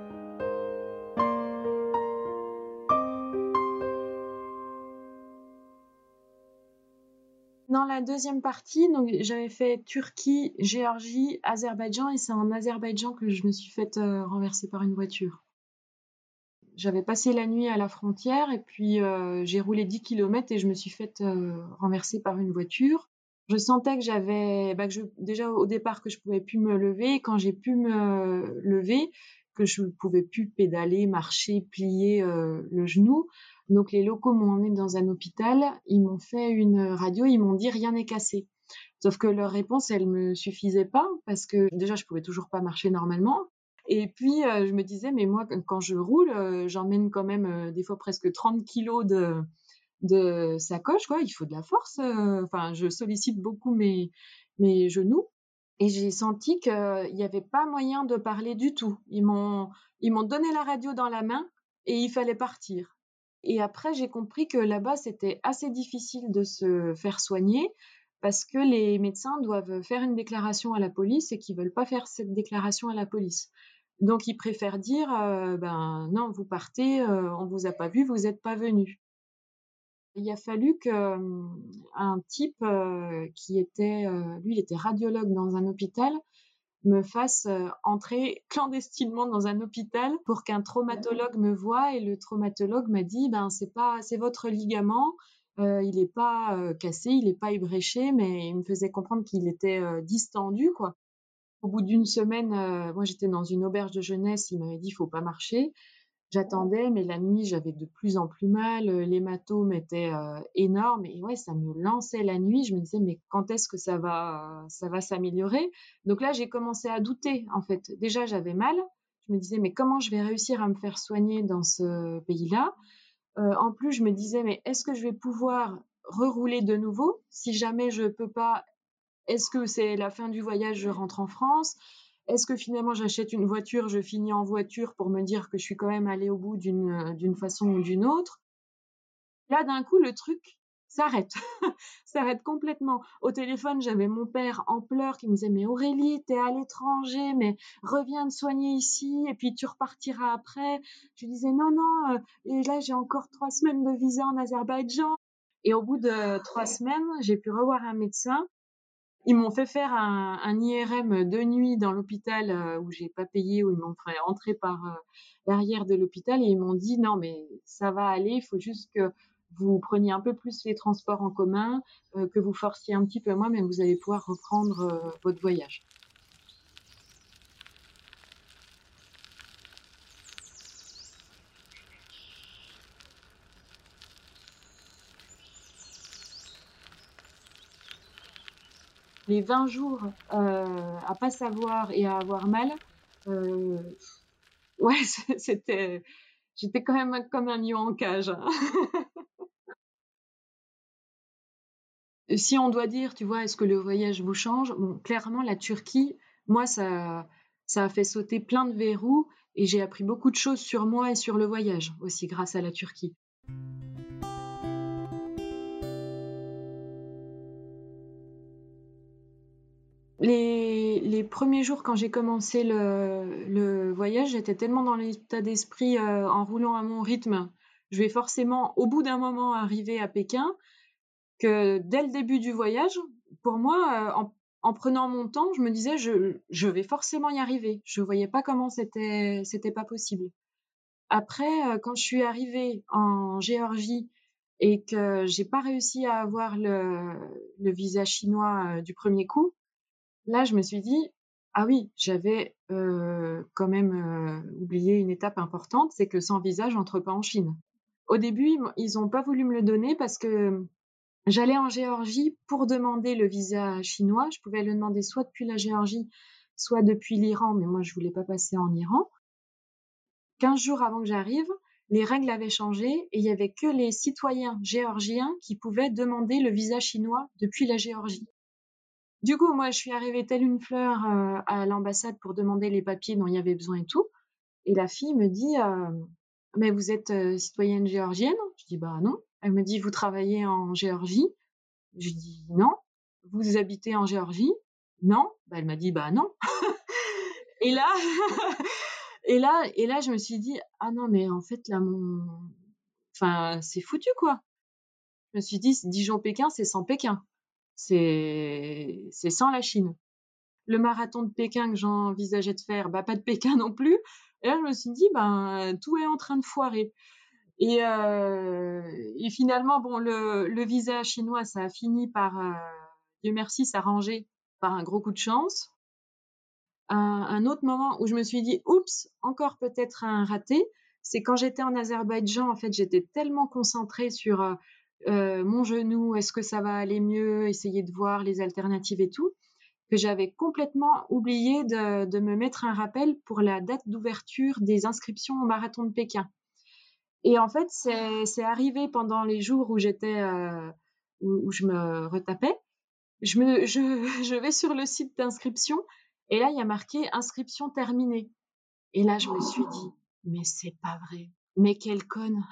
Speaker 2: Dans la deuxième partie, donc j'avais fait Turquie, Géorgie, Azerbaïdjan et c'est en Azerbaïdjan que je me suis faite euh, renverser par une voiture. J'avais passé la nuit à la frontière et puis euh, j'ai roulé dix kilomètres et je me suis faite euh, renverser par une voiture. Je sentais que j'avais, bah, que je, déjà au départ que je pouvais plus me lever et quand j'ai pu me lever, que je pouvais plus pédaler, marcher, plier euh, le genou. Donc les locaux m'ont emmené dans un hôpital, ils m'ont fait une radio, ils m'ont dit rien n'est cassé. Sauf que leur réponse, elle me suffisait pas parce que déjà je pouvais toujours pas marcher normalement. Et puis euh, je me disais mais moi quand je roule, euh, j'emmène quand même euh, des fois presque trente kilos de de sacoche quoi. Il faut de la force. euh, Enfin, je sollicite beaucoup mes mes genoux. Et j'ai senti qu'il n'y avait pas moyen de parler du tout. Ils m'ont, ils m'ont donné la radio dans la main et il fallait partir. Et après, j'ai compris que là-bas, c'était assez difficile de se faire soigner parce que les médecins doivent faire une déclaration à la police et qu'ils veulent pas faire cette déclaration à la police. Donc, ils préfèrent dire, euh, ben non, vous partez, euh, on vous a pas vu, vous n'êtes pas venu. Il a fallu qu'un type euh, qui était, euh, lui, il était radiologue dans un hôpital, me fasse euh, entrer clandestinement dans un hôpital pour qu'un traumatologue me voie. Et le traumatologue m'a dit, ben c'est pas, c'est votre ligament, euh, il n'est pas euh, cassé, il n'est pas ébréché, mais il me faisait comprendre qu'il était euh, distendu, quoi. Au bout d'une semaine, euh, moi j'étais dans une auberge de jeunesse, il m'avait dit, il faut pas marcher. J'attendais, mais la nuit, j'avais de plus en plus mal. L'hématome était euh, énorme et ouais, ça me lançait la nuit. Je me disais, mais quand est-ce que ça va, ça va s'améliorer? Donc là, j'ai commencé à douter, en fait. Déjà, j'avais mal. Je me disais, mais comment je vais réussir à me faire soigner dans ce pays-là? Euh, en plus, je me disais, mais est-ce que je vais pouvoir rerouler de nouveau? Si jamais je peux pas, est-ce que c'est la fin du voyage, je rentre en France? Est-ce que finalement j'achète une voiture, je finis en voiture pour me dire que je suis quand même allée au bout d'une d'une façon ou d'une autre? Là, d'un coup, le truc s'arrête, s'arrête complètement. Au téléphone, j'avais mon père en pleurs qui me disait mais Aurélie, t'es à l'étranger, mais reviens te soigner ici et puis tu repartiras après. Je lui disais non non, euh, et là j'ai encore trois semaines de visa en Azerbaïdjan. Et au bout de trois semaines, j'ai pu revoir un médecin. Ils m'ont fait faire un, un I R M de nuit dans l'hôpital euh, où j'ai pas payé, où ils m'ont fait entrer par euh, l'arrière de l'hôpital et ils m'ont dit non mais ça va aller, il faut juste que vous preniez un peu plus les transports en commun, euh, que vous forciez un petit peu moins, mais vous allez pouvoir reprendre euh, votre voyage. Les vingt jours euh, à pas savoir et à avoir mal, euh, ouais, c'était, j'étais quand même comme un lion en cage, hein. Si on doit dire, tu vois, est-ce que le voyage vous change? Bon, clairement, la Turquie, moi, ça, ça a fait sauter plein de verrous et j'ai appris beaucoup de choses sur moi et sur le voyage aussi grâce à la Turquie. Les, les premiers jours, quand j'ai commencé le, le voyage, j'étais tellement dans l'état d'esprit euh, en roulant à mon rythme. Je vais forcément, au bout d'un moment, arriver à Pékin, que dès le début du voyage, pour moi, euh, en, en prenant mon temps, je me disais, je, je vais forcément y arriver. Je voyais pas comment c'était, c'était pas possible. Après, euh, quand je suis arrivée en Géorgie et que j'ai pas réussi à avoir le, le visa chinois euh, du premier coup, là, je me suis dit, ah oui, j'avais euh, quand même euh, oublié une étape importante, c'est que sans visa, j'entre pas en Chine. Au début, ils m- ils ont pas voulu me le donner parce que j'allais en Géorgie pour demander le visa chinois. Je pouvais le demander soit depuis la Géorgie, soit depuis l'Iran, mais moi, je voulais pas passer en Iran. Quinze jours avant que j'arrive, les règles avaient changé et il y avait que les citoyens géorgiens qui pouvaient demander le visa chinois depuis la Géorgie. Du coup, moi, je suis arrivée telle une fleur euh, à l'ambassade pour demander les papiers dont il y avait besoin et tout. Et la fille me dit, euh, mais vous êtes euh, citoyenne géorgienne? Je dis, bah non. Elle me dit, vous travaillez en Géorgie? Je dis, non. Vous habitez en Géorgie? Non. Bah, elle m'a dit, bah non. Et là, et là, et là, je me suis dit, ah non, mais en fait, là, mon, enfin, c'est foutu, quoi. Je me suis dit, Dijon-Pékin, c'est sans Pékin. C'est, c'est sans la Chine. Le marathon de Pékin que j'envisageais de faire, bah pas de Pékin non plus. Et là, je me suis dit, ben tout est en train de foirer. Et, euh, et finalement, bon, le, le visa chinois, ça a fini par, euh, Dieu merci, s'arranger par un gros coup de chance. Un, un autre moment où je me suis dit, oups, encore peut-être un raté, c'est quand j'étais en Azerbaïdjan. En fait, j'étais tellement concentrée sur euh, euh, mon genou, est-ce que ça va aller mieux, essayer de voir les alternatives et tout, que j'avais complètement oublié de, de me mettre un rappel pour la date d'ouverture des inscriptions au marathon de Pékin. Et en fait, c'est, c'est arrivé pendant les jours où j'étais, euh, où, où je me retapais. Je, me, je, je vais sur le site d'inscription et là, il y a marqué inscription terminée. Et là, je me suis dit, mais c'est pas vrai. Mais quelle conne.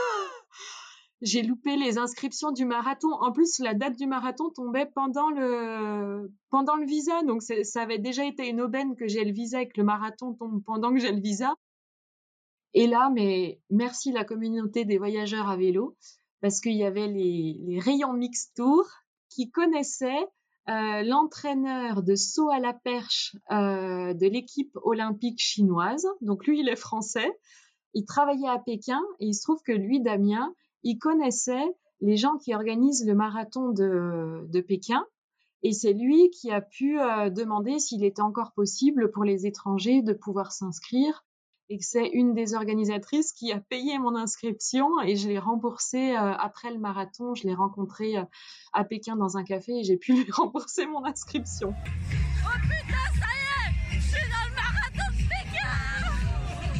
Speaker 2: J'ai loupé les inscriptions du marathon. En plus, la date du marathon tombait pendant le, pendant le visa. Donc, ça avait déjà été une aubaine que j'ai le visa et que le marathon tombe pendant que j'ai le visa. Et là, mais merci la communauté des voyageurs à vélo, parce qu'il y avait les, les rayons mix tour qui connaissaient euh, l'entraîneur de saut à la perche euh, de l'équipe olympique chinoise. Donc, lui, il est français. Il travaillait à Pékin et il se trouve que lui, Damien, il connaissait les gens qui organisent le marathon de, de Pékin et c'est lui qui a pu euh, demander s'il était encore possible pour les étrangers de pouvoir s'inscrire et que c'est une des organisatrices qui a payé mon inscription et je l'ai remboursée euh, après le marathon. Je l'ai rencontré euh, à Pékin dans un café et j'ai pu lui rembourser mon inscription.
Speaker 3: Oh putain, ça y est, je suis dans le marathon de Pékin!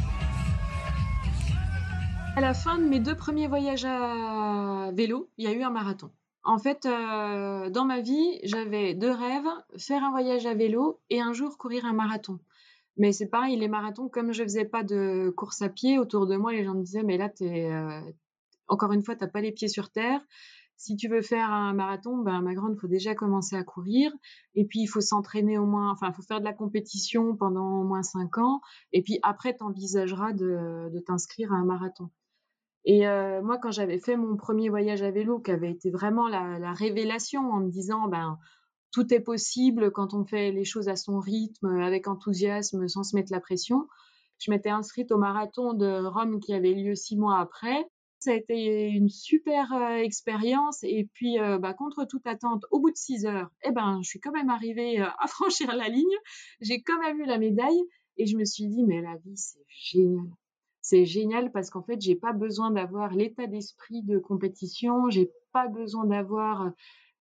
Speaker 2: À la fin de mes deux premiers voyages à vélo, il y a eu un marathon. En fait, euh, dans ma vie, j'avais deux rêves, faire un voyage à vélo et un jour courir un marathon. Mais c'est pareil, les marathons, comme je faisais pas de course à pied, autour de moi, les gens me disaient, mais là, t'es, euh, encore une fois, t'as pas les pieds sur terre. Si tu veux faire un marathon, ben, ma grande, faut déjà commencer à courir. Et puis, il faut s'entraîner au moins, enfin, il faut faire de la compétition pendant au moins cinq ans. Et puis, après, t'envisageras de, de t'inscrire à un marathon. Et euh, moi, quand j'avais fait mon premier voyage à vélo, qui avait été vraiment la, la révélation en me disant, ben, tout est possible quand on fait les choses à son rythme, avec enthousiasme, sans se mettre la pression. Je m'étais inscrite au marathon de Rome qui avait lieu six mois après. Ça a été une super euh, expérience et puis euh, bah, contre toute attente, au bout de six heures, eh ben, je suis quand même arrivée euh, à franchir la ligne. J'ai quand même eu la médaille et je me suis dit mais la vie c'est génial. C'est génial parce qu'en fait j'ai pas besoin d'avoir l'état d'esprit de compétition, j'ai pas besoin d'avoir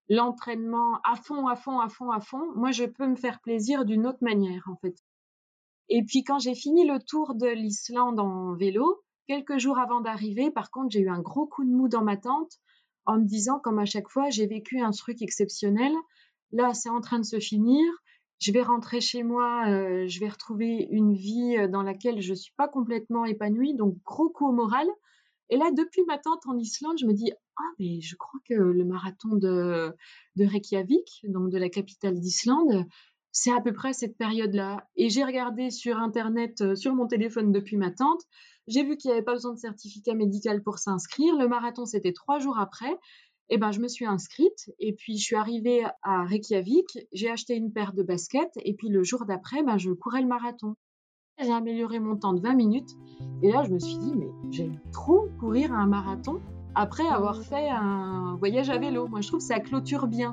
Speaker 2: l'entraînement à fond, à fond, à fond, à fond. Moi, je peux me faire plaisir d'une autre manière, en fait. Et puis, quand j'ai fini le tour de l'Islande en vélo, quelques jours avant d'arriver, par contre, j'ai eu un gros coup de mou dans ma tente en me disant, comme à chaque fois, j'ai vécu un truc exceptionnel. Là, c'est en train de se finir. Je vais rentrer chez moi, euh, je vais retrouver une vie dans laquelle je suis pas complètement épanouie, donc gros coup au moral. Et là, depuis ma tente en Islande, je me dis, ah, mais je crois que le marathon de, de Reykjavik, donc de la capitale d'Islande, c'est à peu près cette période-là. Et j'ai regardé sur Internet, euh, sur mon téléphone depuis ma tente. J'ai vu qu'il n'y avait pas besoin de certificat médical pour s'inscrire. Le marathon, c'était trois jours après. Et ben, je me suis inscrite. Et puis, je suis arrivée à Reykjavik. J'ai acheté une paire de baskets. Et puis, le jour d'après, ben, je courais le marathon. J'ai amélioré mon temps de vingt minutes. Et là, je me suis dit, mais j'aime trop courir un marathon après avoir fait un voyage à vélo. Moi, je trouve que ça clôture bien.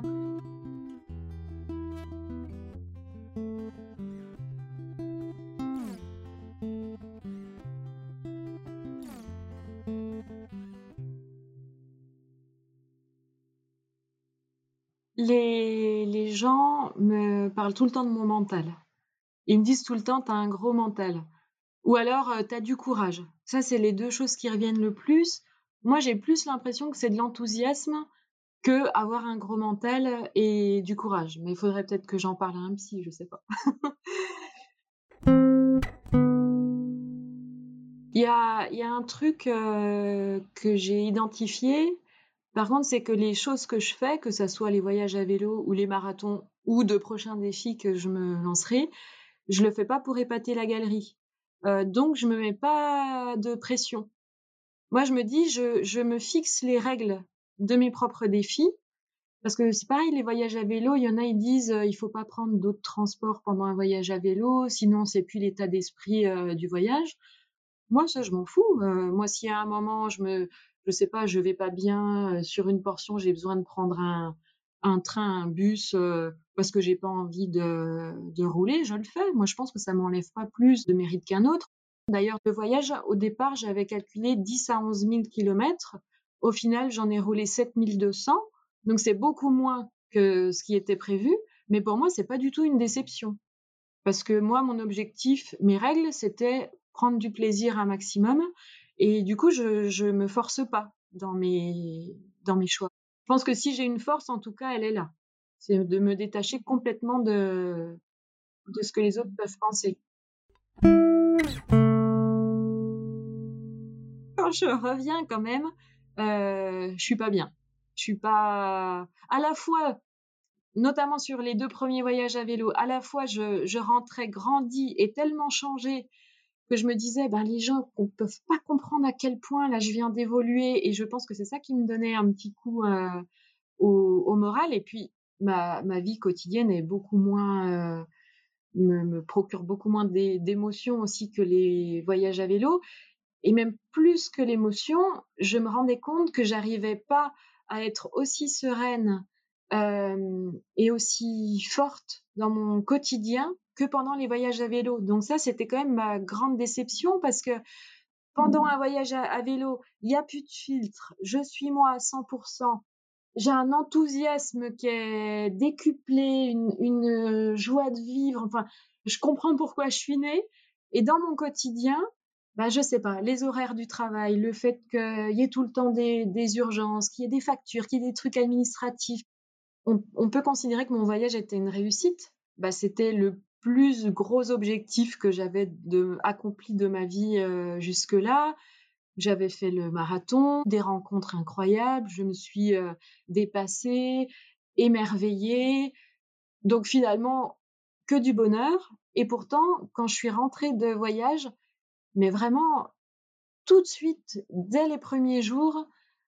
Speaker 2: Les, les gens me parlent tout le temps de mon mental. Ils me disent tout le temps, t'as un gros mental. Ou alors, euh, t'as du courage. Ça, c'est les deux choses qui reviennent le plus. Moi, j'ai plus l'impression que c'est de l'enthousiasme que avoir un gros mental et du courage. Mais il faudrait peut-être que j'en parle à un psy, je sais pas. Il y a, il y a un truc euh, que j'ai identifié. Par contre, c'est que les choses que je fais, que ça soit les voyages à vélo ou les marathons ou de prochains défis que je me lancerai, je le fais pas pour épater la galerie. Euh, donc, je me mets pas de pression. Moi, je me dis, je, je me fixe les règles de mes propres défis. Parce que c'est pareil, les voyages à vélo, il y en a, ils disent, euh, il faut pas prendre d'autres transports pendant un voyage à vélo, sinon c'est plus l'état d'esprit euh, du voyage. Moi, ça, je m'en fous. Euh, moi, si à un moment, je me, je sais pas, je vais pas bien euh, sur une portion, j'ai besoin de prendre un, un train, un bus, euh, parce que j'ai pas envie de, de rouler, je le fais. Moi, je pense que ça m'enlève pas plus de mérite qu'un autre. D'ailleurs, le voyage, au départ, j'avais calculé dix à onze mille kilomètres. Au final, j'en ai roulé sept mille deux cents. Donc, c'est beaucoup moins que ce qui était prévu. Mais pour moi, c'est pas du tout une déception. Parce que moi, mon objectif, mes règles, c'était prendre du plaisir un maximum. Et du coup, je, je me force pas dans mes, dans mes choix. Je pense que si j'ai une force, en tout cas, elle est là. C'est de me détacher complètement de, de ce que les autres peuvent penser. Quand je reviens quand même, euh, je suis pas bien. Je suis pas, à la fois, notamment sur les deux premiers voyages à vélo, à la fois je, je rentrais grandie et tellement changée que je me disais, ben, les gens ne peuvent pas comprendre à quel point là je viens d'évoluer, et je pense que c'est ça qui me donnait un petit coup euh, au, au moral. Et puis ma, ma vie quotidienne est beaucoup moins, euh, me, me procure beaucoup moins d'é- d'émotions aussi que les voyages à vélo. Et même plus que l'émotion, je me rendais compte que j'arrivais pas à être aussi sereine euh, et aussi forte dans mon quotidien que pendant les voyages à vélo. Donc ça, c'était quand même ma grande déception, parce que pendant un voyage à, à vélo, il n'y a plus de filtre, je suis moi à cent pour cent, j'ai un enthousiasme qui est décuplé, une, une joie de vivre, enfin, je comprends pourquoi je suis née. Et dans mon quotidien, bah, je sais pas, les horaires du travail, le fait qu'il y ait tout le temps des, des urgences, qu'il y ait des factures, qu'il y ait des trucs administratifs, on, on peut considérer que mon voyage était une réussite. Bah, c'était le plus gros objectif que j'avais de, accompli de ma vie euh, jusque-là. J'avais fait le marathon, des rencontres incroyables, je me suis euh, dépassée, émerveillée. Donc finalement, que du bonheur. Et pourtant, quand je suis rentrée de voyage, mais vraiment, tout de suite, dès les premiers jours,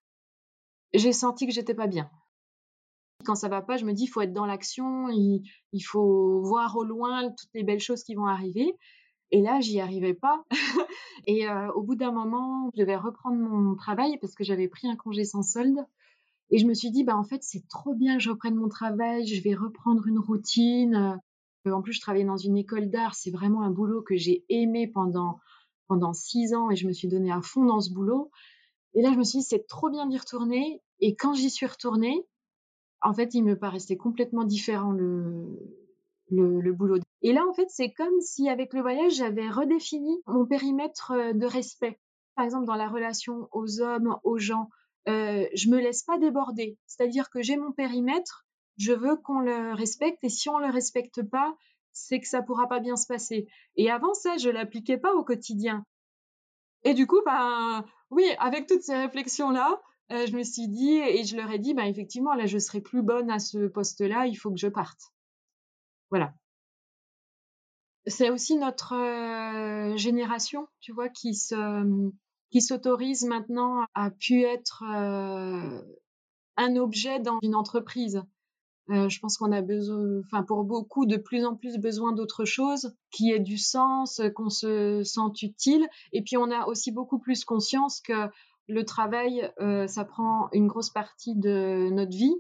Speaker 2: j'ai senti que j'étais pas bien. Quand ça va pas, je me dis, il faut être dans l'action, il, il faut voir au loin toutes les belles choses qui vont arriver. Et là, j'y arrivais pas. Et euh, au bout d'un moment, je devais reprendre mon travail parce que j'avais pris un congé sans solde. Et je me suis dit, bah en fait, c'est trop bien que je reprenne mon travail, je vais reprendre une routine. Euh, En plus, je travaillais dans une école d'art, c'est vraiment un boulot que j'ai aimé pendant pendant six ans, et je me suis donnée à fond dans ce boulot. Et là, je me suis dit, c'est trop bien d'y retourner. Et quand j'y suis retournée, en fait, il me paraissait complètement différent le, le, le boulot. Et là, en fait, c'est comme si avec le voyage, j'avais redéfini mon périmètre de respect. Par exemple, dans la relation aux hommes, aux gens, euh, je me laisse pas déborder. C'est-à-dire que j'ai mon périmètre, je veux qu'on le respecte, et si on le respecte pas, c'est que ça pourra pas bien se passer. Et avant ça, je l'appliquais pas au quotidien. Et du coup, ben, oui, avec toutes ces réflexions-là, euh, je me suis dit, et je leur ai dit, ben, effectivement, là, je serai plus bonne à ce poste-là, il faut que je parte. Voilà. C'est aussi notre euh, génération, tu vois, qui se, qui s'autorise maintenant à pu être euh, un objet dans une entreprise. Euh, je pense qu'on a besoin, enfin pour beaucoup, de plus en plus besoin d'autre chose, qui ait du sens, qu'on se sente utile. Et puis on a aussi beaucoup plus conscience que le travail, euh, ça prend une grosse partie de notre vie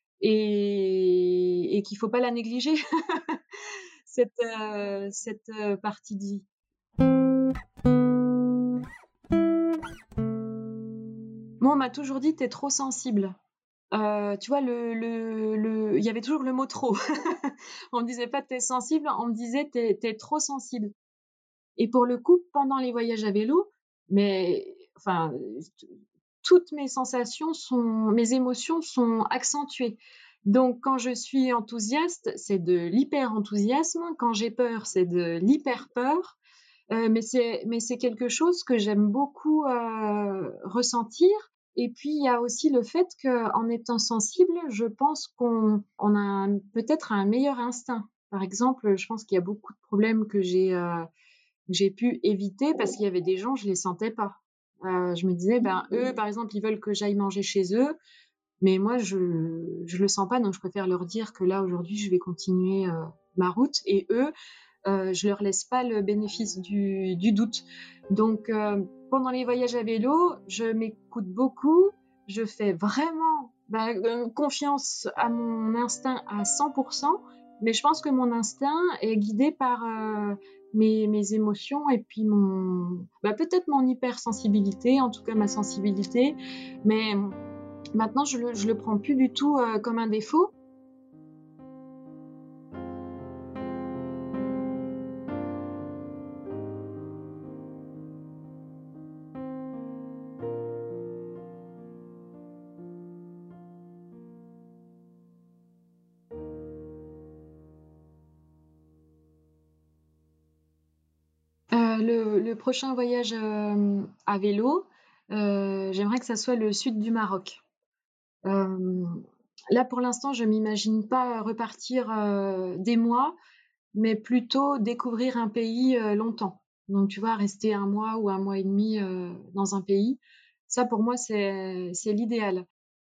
Speaker 2: et, et qu'il faut pas la négliger, cette, euh, cette euh, partie de vie. Moi, on m'a toujours dit, t'es trop sensible. Euh, tu vois, le, le, le, il y avait toujours le mot trop. On me disait pas t'es sensible, on me disait t'es, t'es trop sensible. Et pour le coup, pendant les voyages à vélo, mais enfin, toutes mes sensations sont, mes émotions sont accentuées. Donc, quand je suis enthousiaste, c'est de l'hyper-enthousiasme. Quand j'ai peur, c'est de l'hyper-peur. Euh, mais c'est, mais c'est quelque chose que j'aime beaucoup euh, ressentir. Et puis, il y a aussi le fait qu'en étant sensible, je pense qu'on on a un, peut-être un meilleur instinct. Par exemple, je pense qu'il y a beaucoup de problèmes que j'ai, euh, que j'ai pu éviter parce qu'il y avait des gens, je les sentais pas. Euh, je me disais, ben, eux, par exemple, ils veulent que j'aille manger chez eux, mais moi, je je le sens pas, donc je préfère leur dire que là, aujourd'hui, je vais continuer euh, ma route. Et eux, euh, je leur laisse pas le bénéfice du, du doute. Donc, euh, pendant les voyages à vélo, je m'écoute beaucoup, je fais vraiment bah, euh, confiance à mon instinct à cent pour cent, mais je pense que mon instinct est guidé par euh, mes, mes émotions et puis mon, bah, peut-être mon hypersensibilité, en tout cas ma sensibilité, mais maintenant je le, je le prends plus du tout euh, comme un défaut. Le, le prochain voyage euh, à vélo, euh, j'aimerais que ça soit le sud du Maroc. Euh, là, pour l'instant, je m'imagine pas repartir euh, des mois, mais plutôt découvrir un pays euh, longtemps. Donc, tu vois, rester un mois ou un mois et demi euh, dans un pays, ça, pour moi, c'est, c'est l'idéal.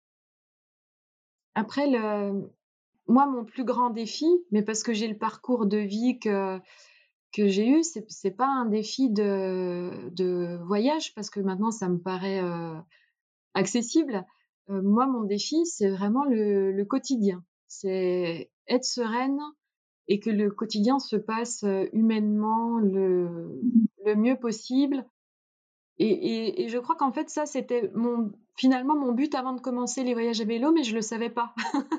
Speaker 2: Après, le, moi, mon plus grand défi, mais parce que j'ai le parcours de vie que que j'ai eu, c'est c'est pas un défi de de voyage parce que maintenant ça me paraît euh, accessible. Euh, moi, mon défi, c'est vraiment le, le quotidien. C'est être sereine et que le quotidien se passe humainement le le mieux possible. Et, et, et je crois qu'en fait ça, c'était mon finalement mon but avant de commencer les voyages à vélo, mais je le savais pas.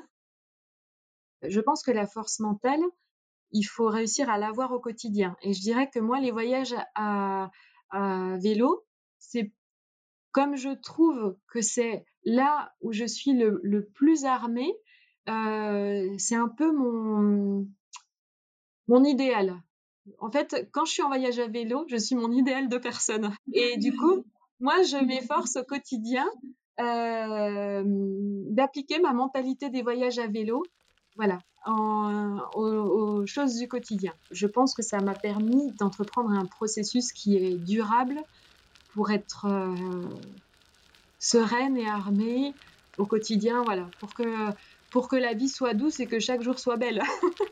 Speaker 2: Je pense que la force mentale, il faut réussir à l'avoir au quotidien. Et je dirais que moi, les voyages à, à vélo, c'est comme je trouve que c'est là où je suis le, le plus armée, euh, c'est un peu mon, mon idéal. En fait, quand je suis en voyage à vélo, je suis mon idéal de personne. Et du coup, moi, je m'efforce au quotidien euh, d'appliquer ma mentalité des voyages à vélo. Voilà, en, aux, aux choses du quotidien. Je pense que ça m'a permis d'entreprendre un processus qui est durable pour être euh, sereine et armée au quotidien, voilà, pour que, pour que la vie soit douce et que chaque jour soit belle.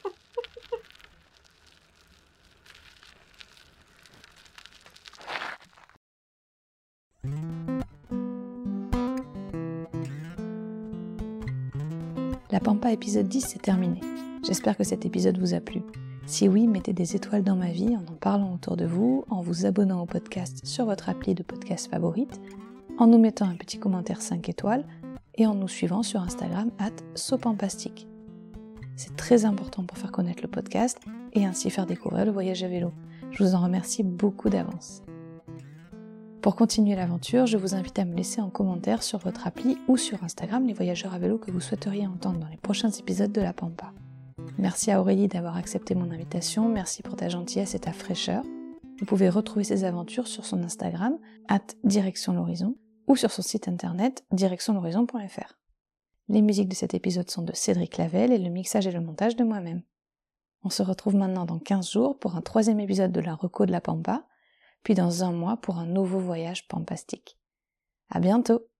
Speaker 1: La Pampa épisode dix, c'est terminé. J'espère que cet épisode vous a plu. Si oui, mettez des étoiles dans ma vie en en parlant autour de vous, en vous abonnant au podcast sur votre appli de podcast favorite, en nous mettant un petit commentaire cinq étoiles et en nous suivant sur Instagram arobase sopampastique. C'est très important pour faire connaître le podcast et ainsi faire découvrir le voyage à vélo. Je vous en remercie beaucoup d'avance. Pour continuer l'aventure, je vous invite à me laisser en commentaire sur votre appli ou sur Instagram les voyageurs à vélo que vous souhaiteriez entendre dans les prochains épisodes de La Pampa. Merci à Aurélie d'avoir accepté mon invitation, merci pour ta gentillesse et ta fraîcheur. Vous pouvez retrouver ses aventures sur son Instagram, arobase direction l'horizon, ou sur son site internet direction l'horizon point f r. Les musiques de cet épisode sont de Cédric Lavelle et le mixage et le montage de moi-même. On se retrouve maintenant dans quinze jours pour un troisième épisode de la reco de la Pampa, puis dans un mois pour un nouveau voyage pampastique. À bientôt!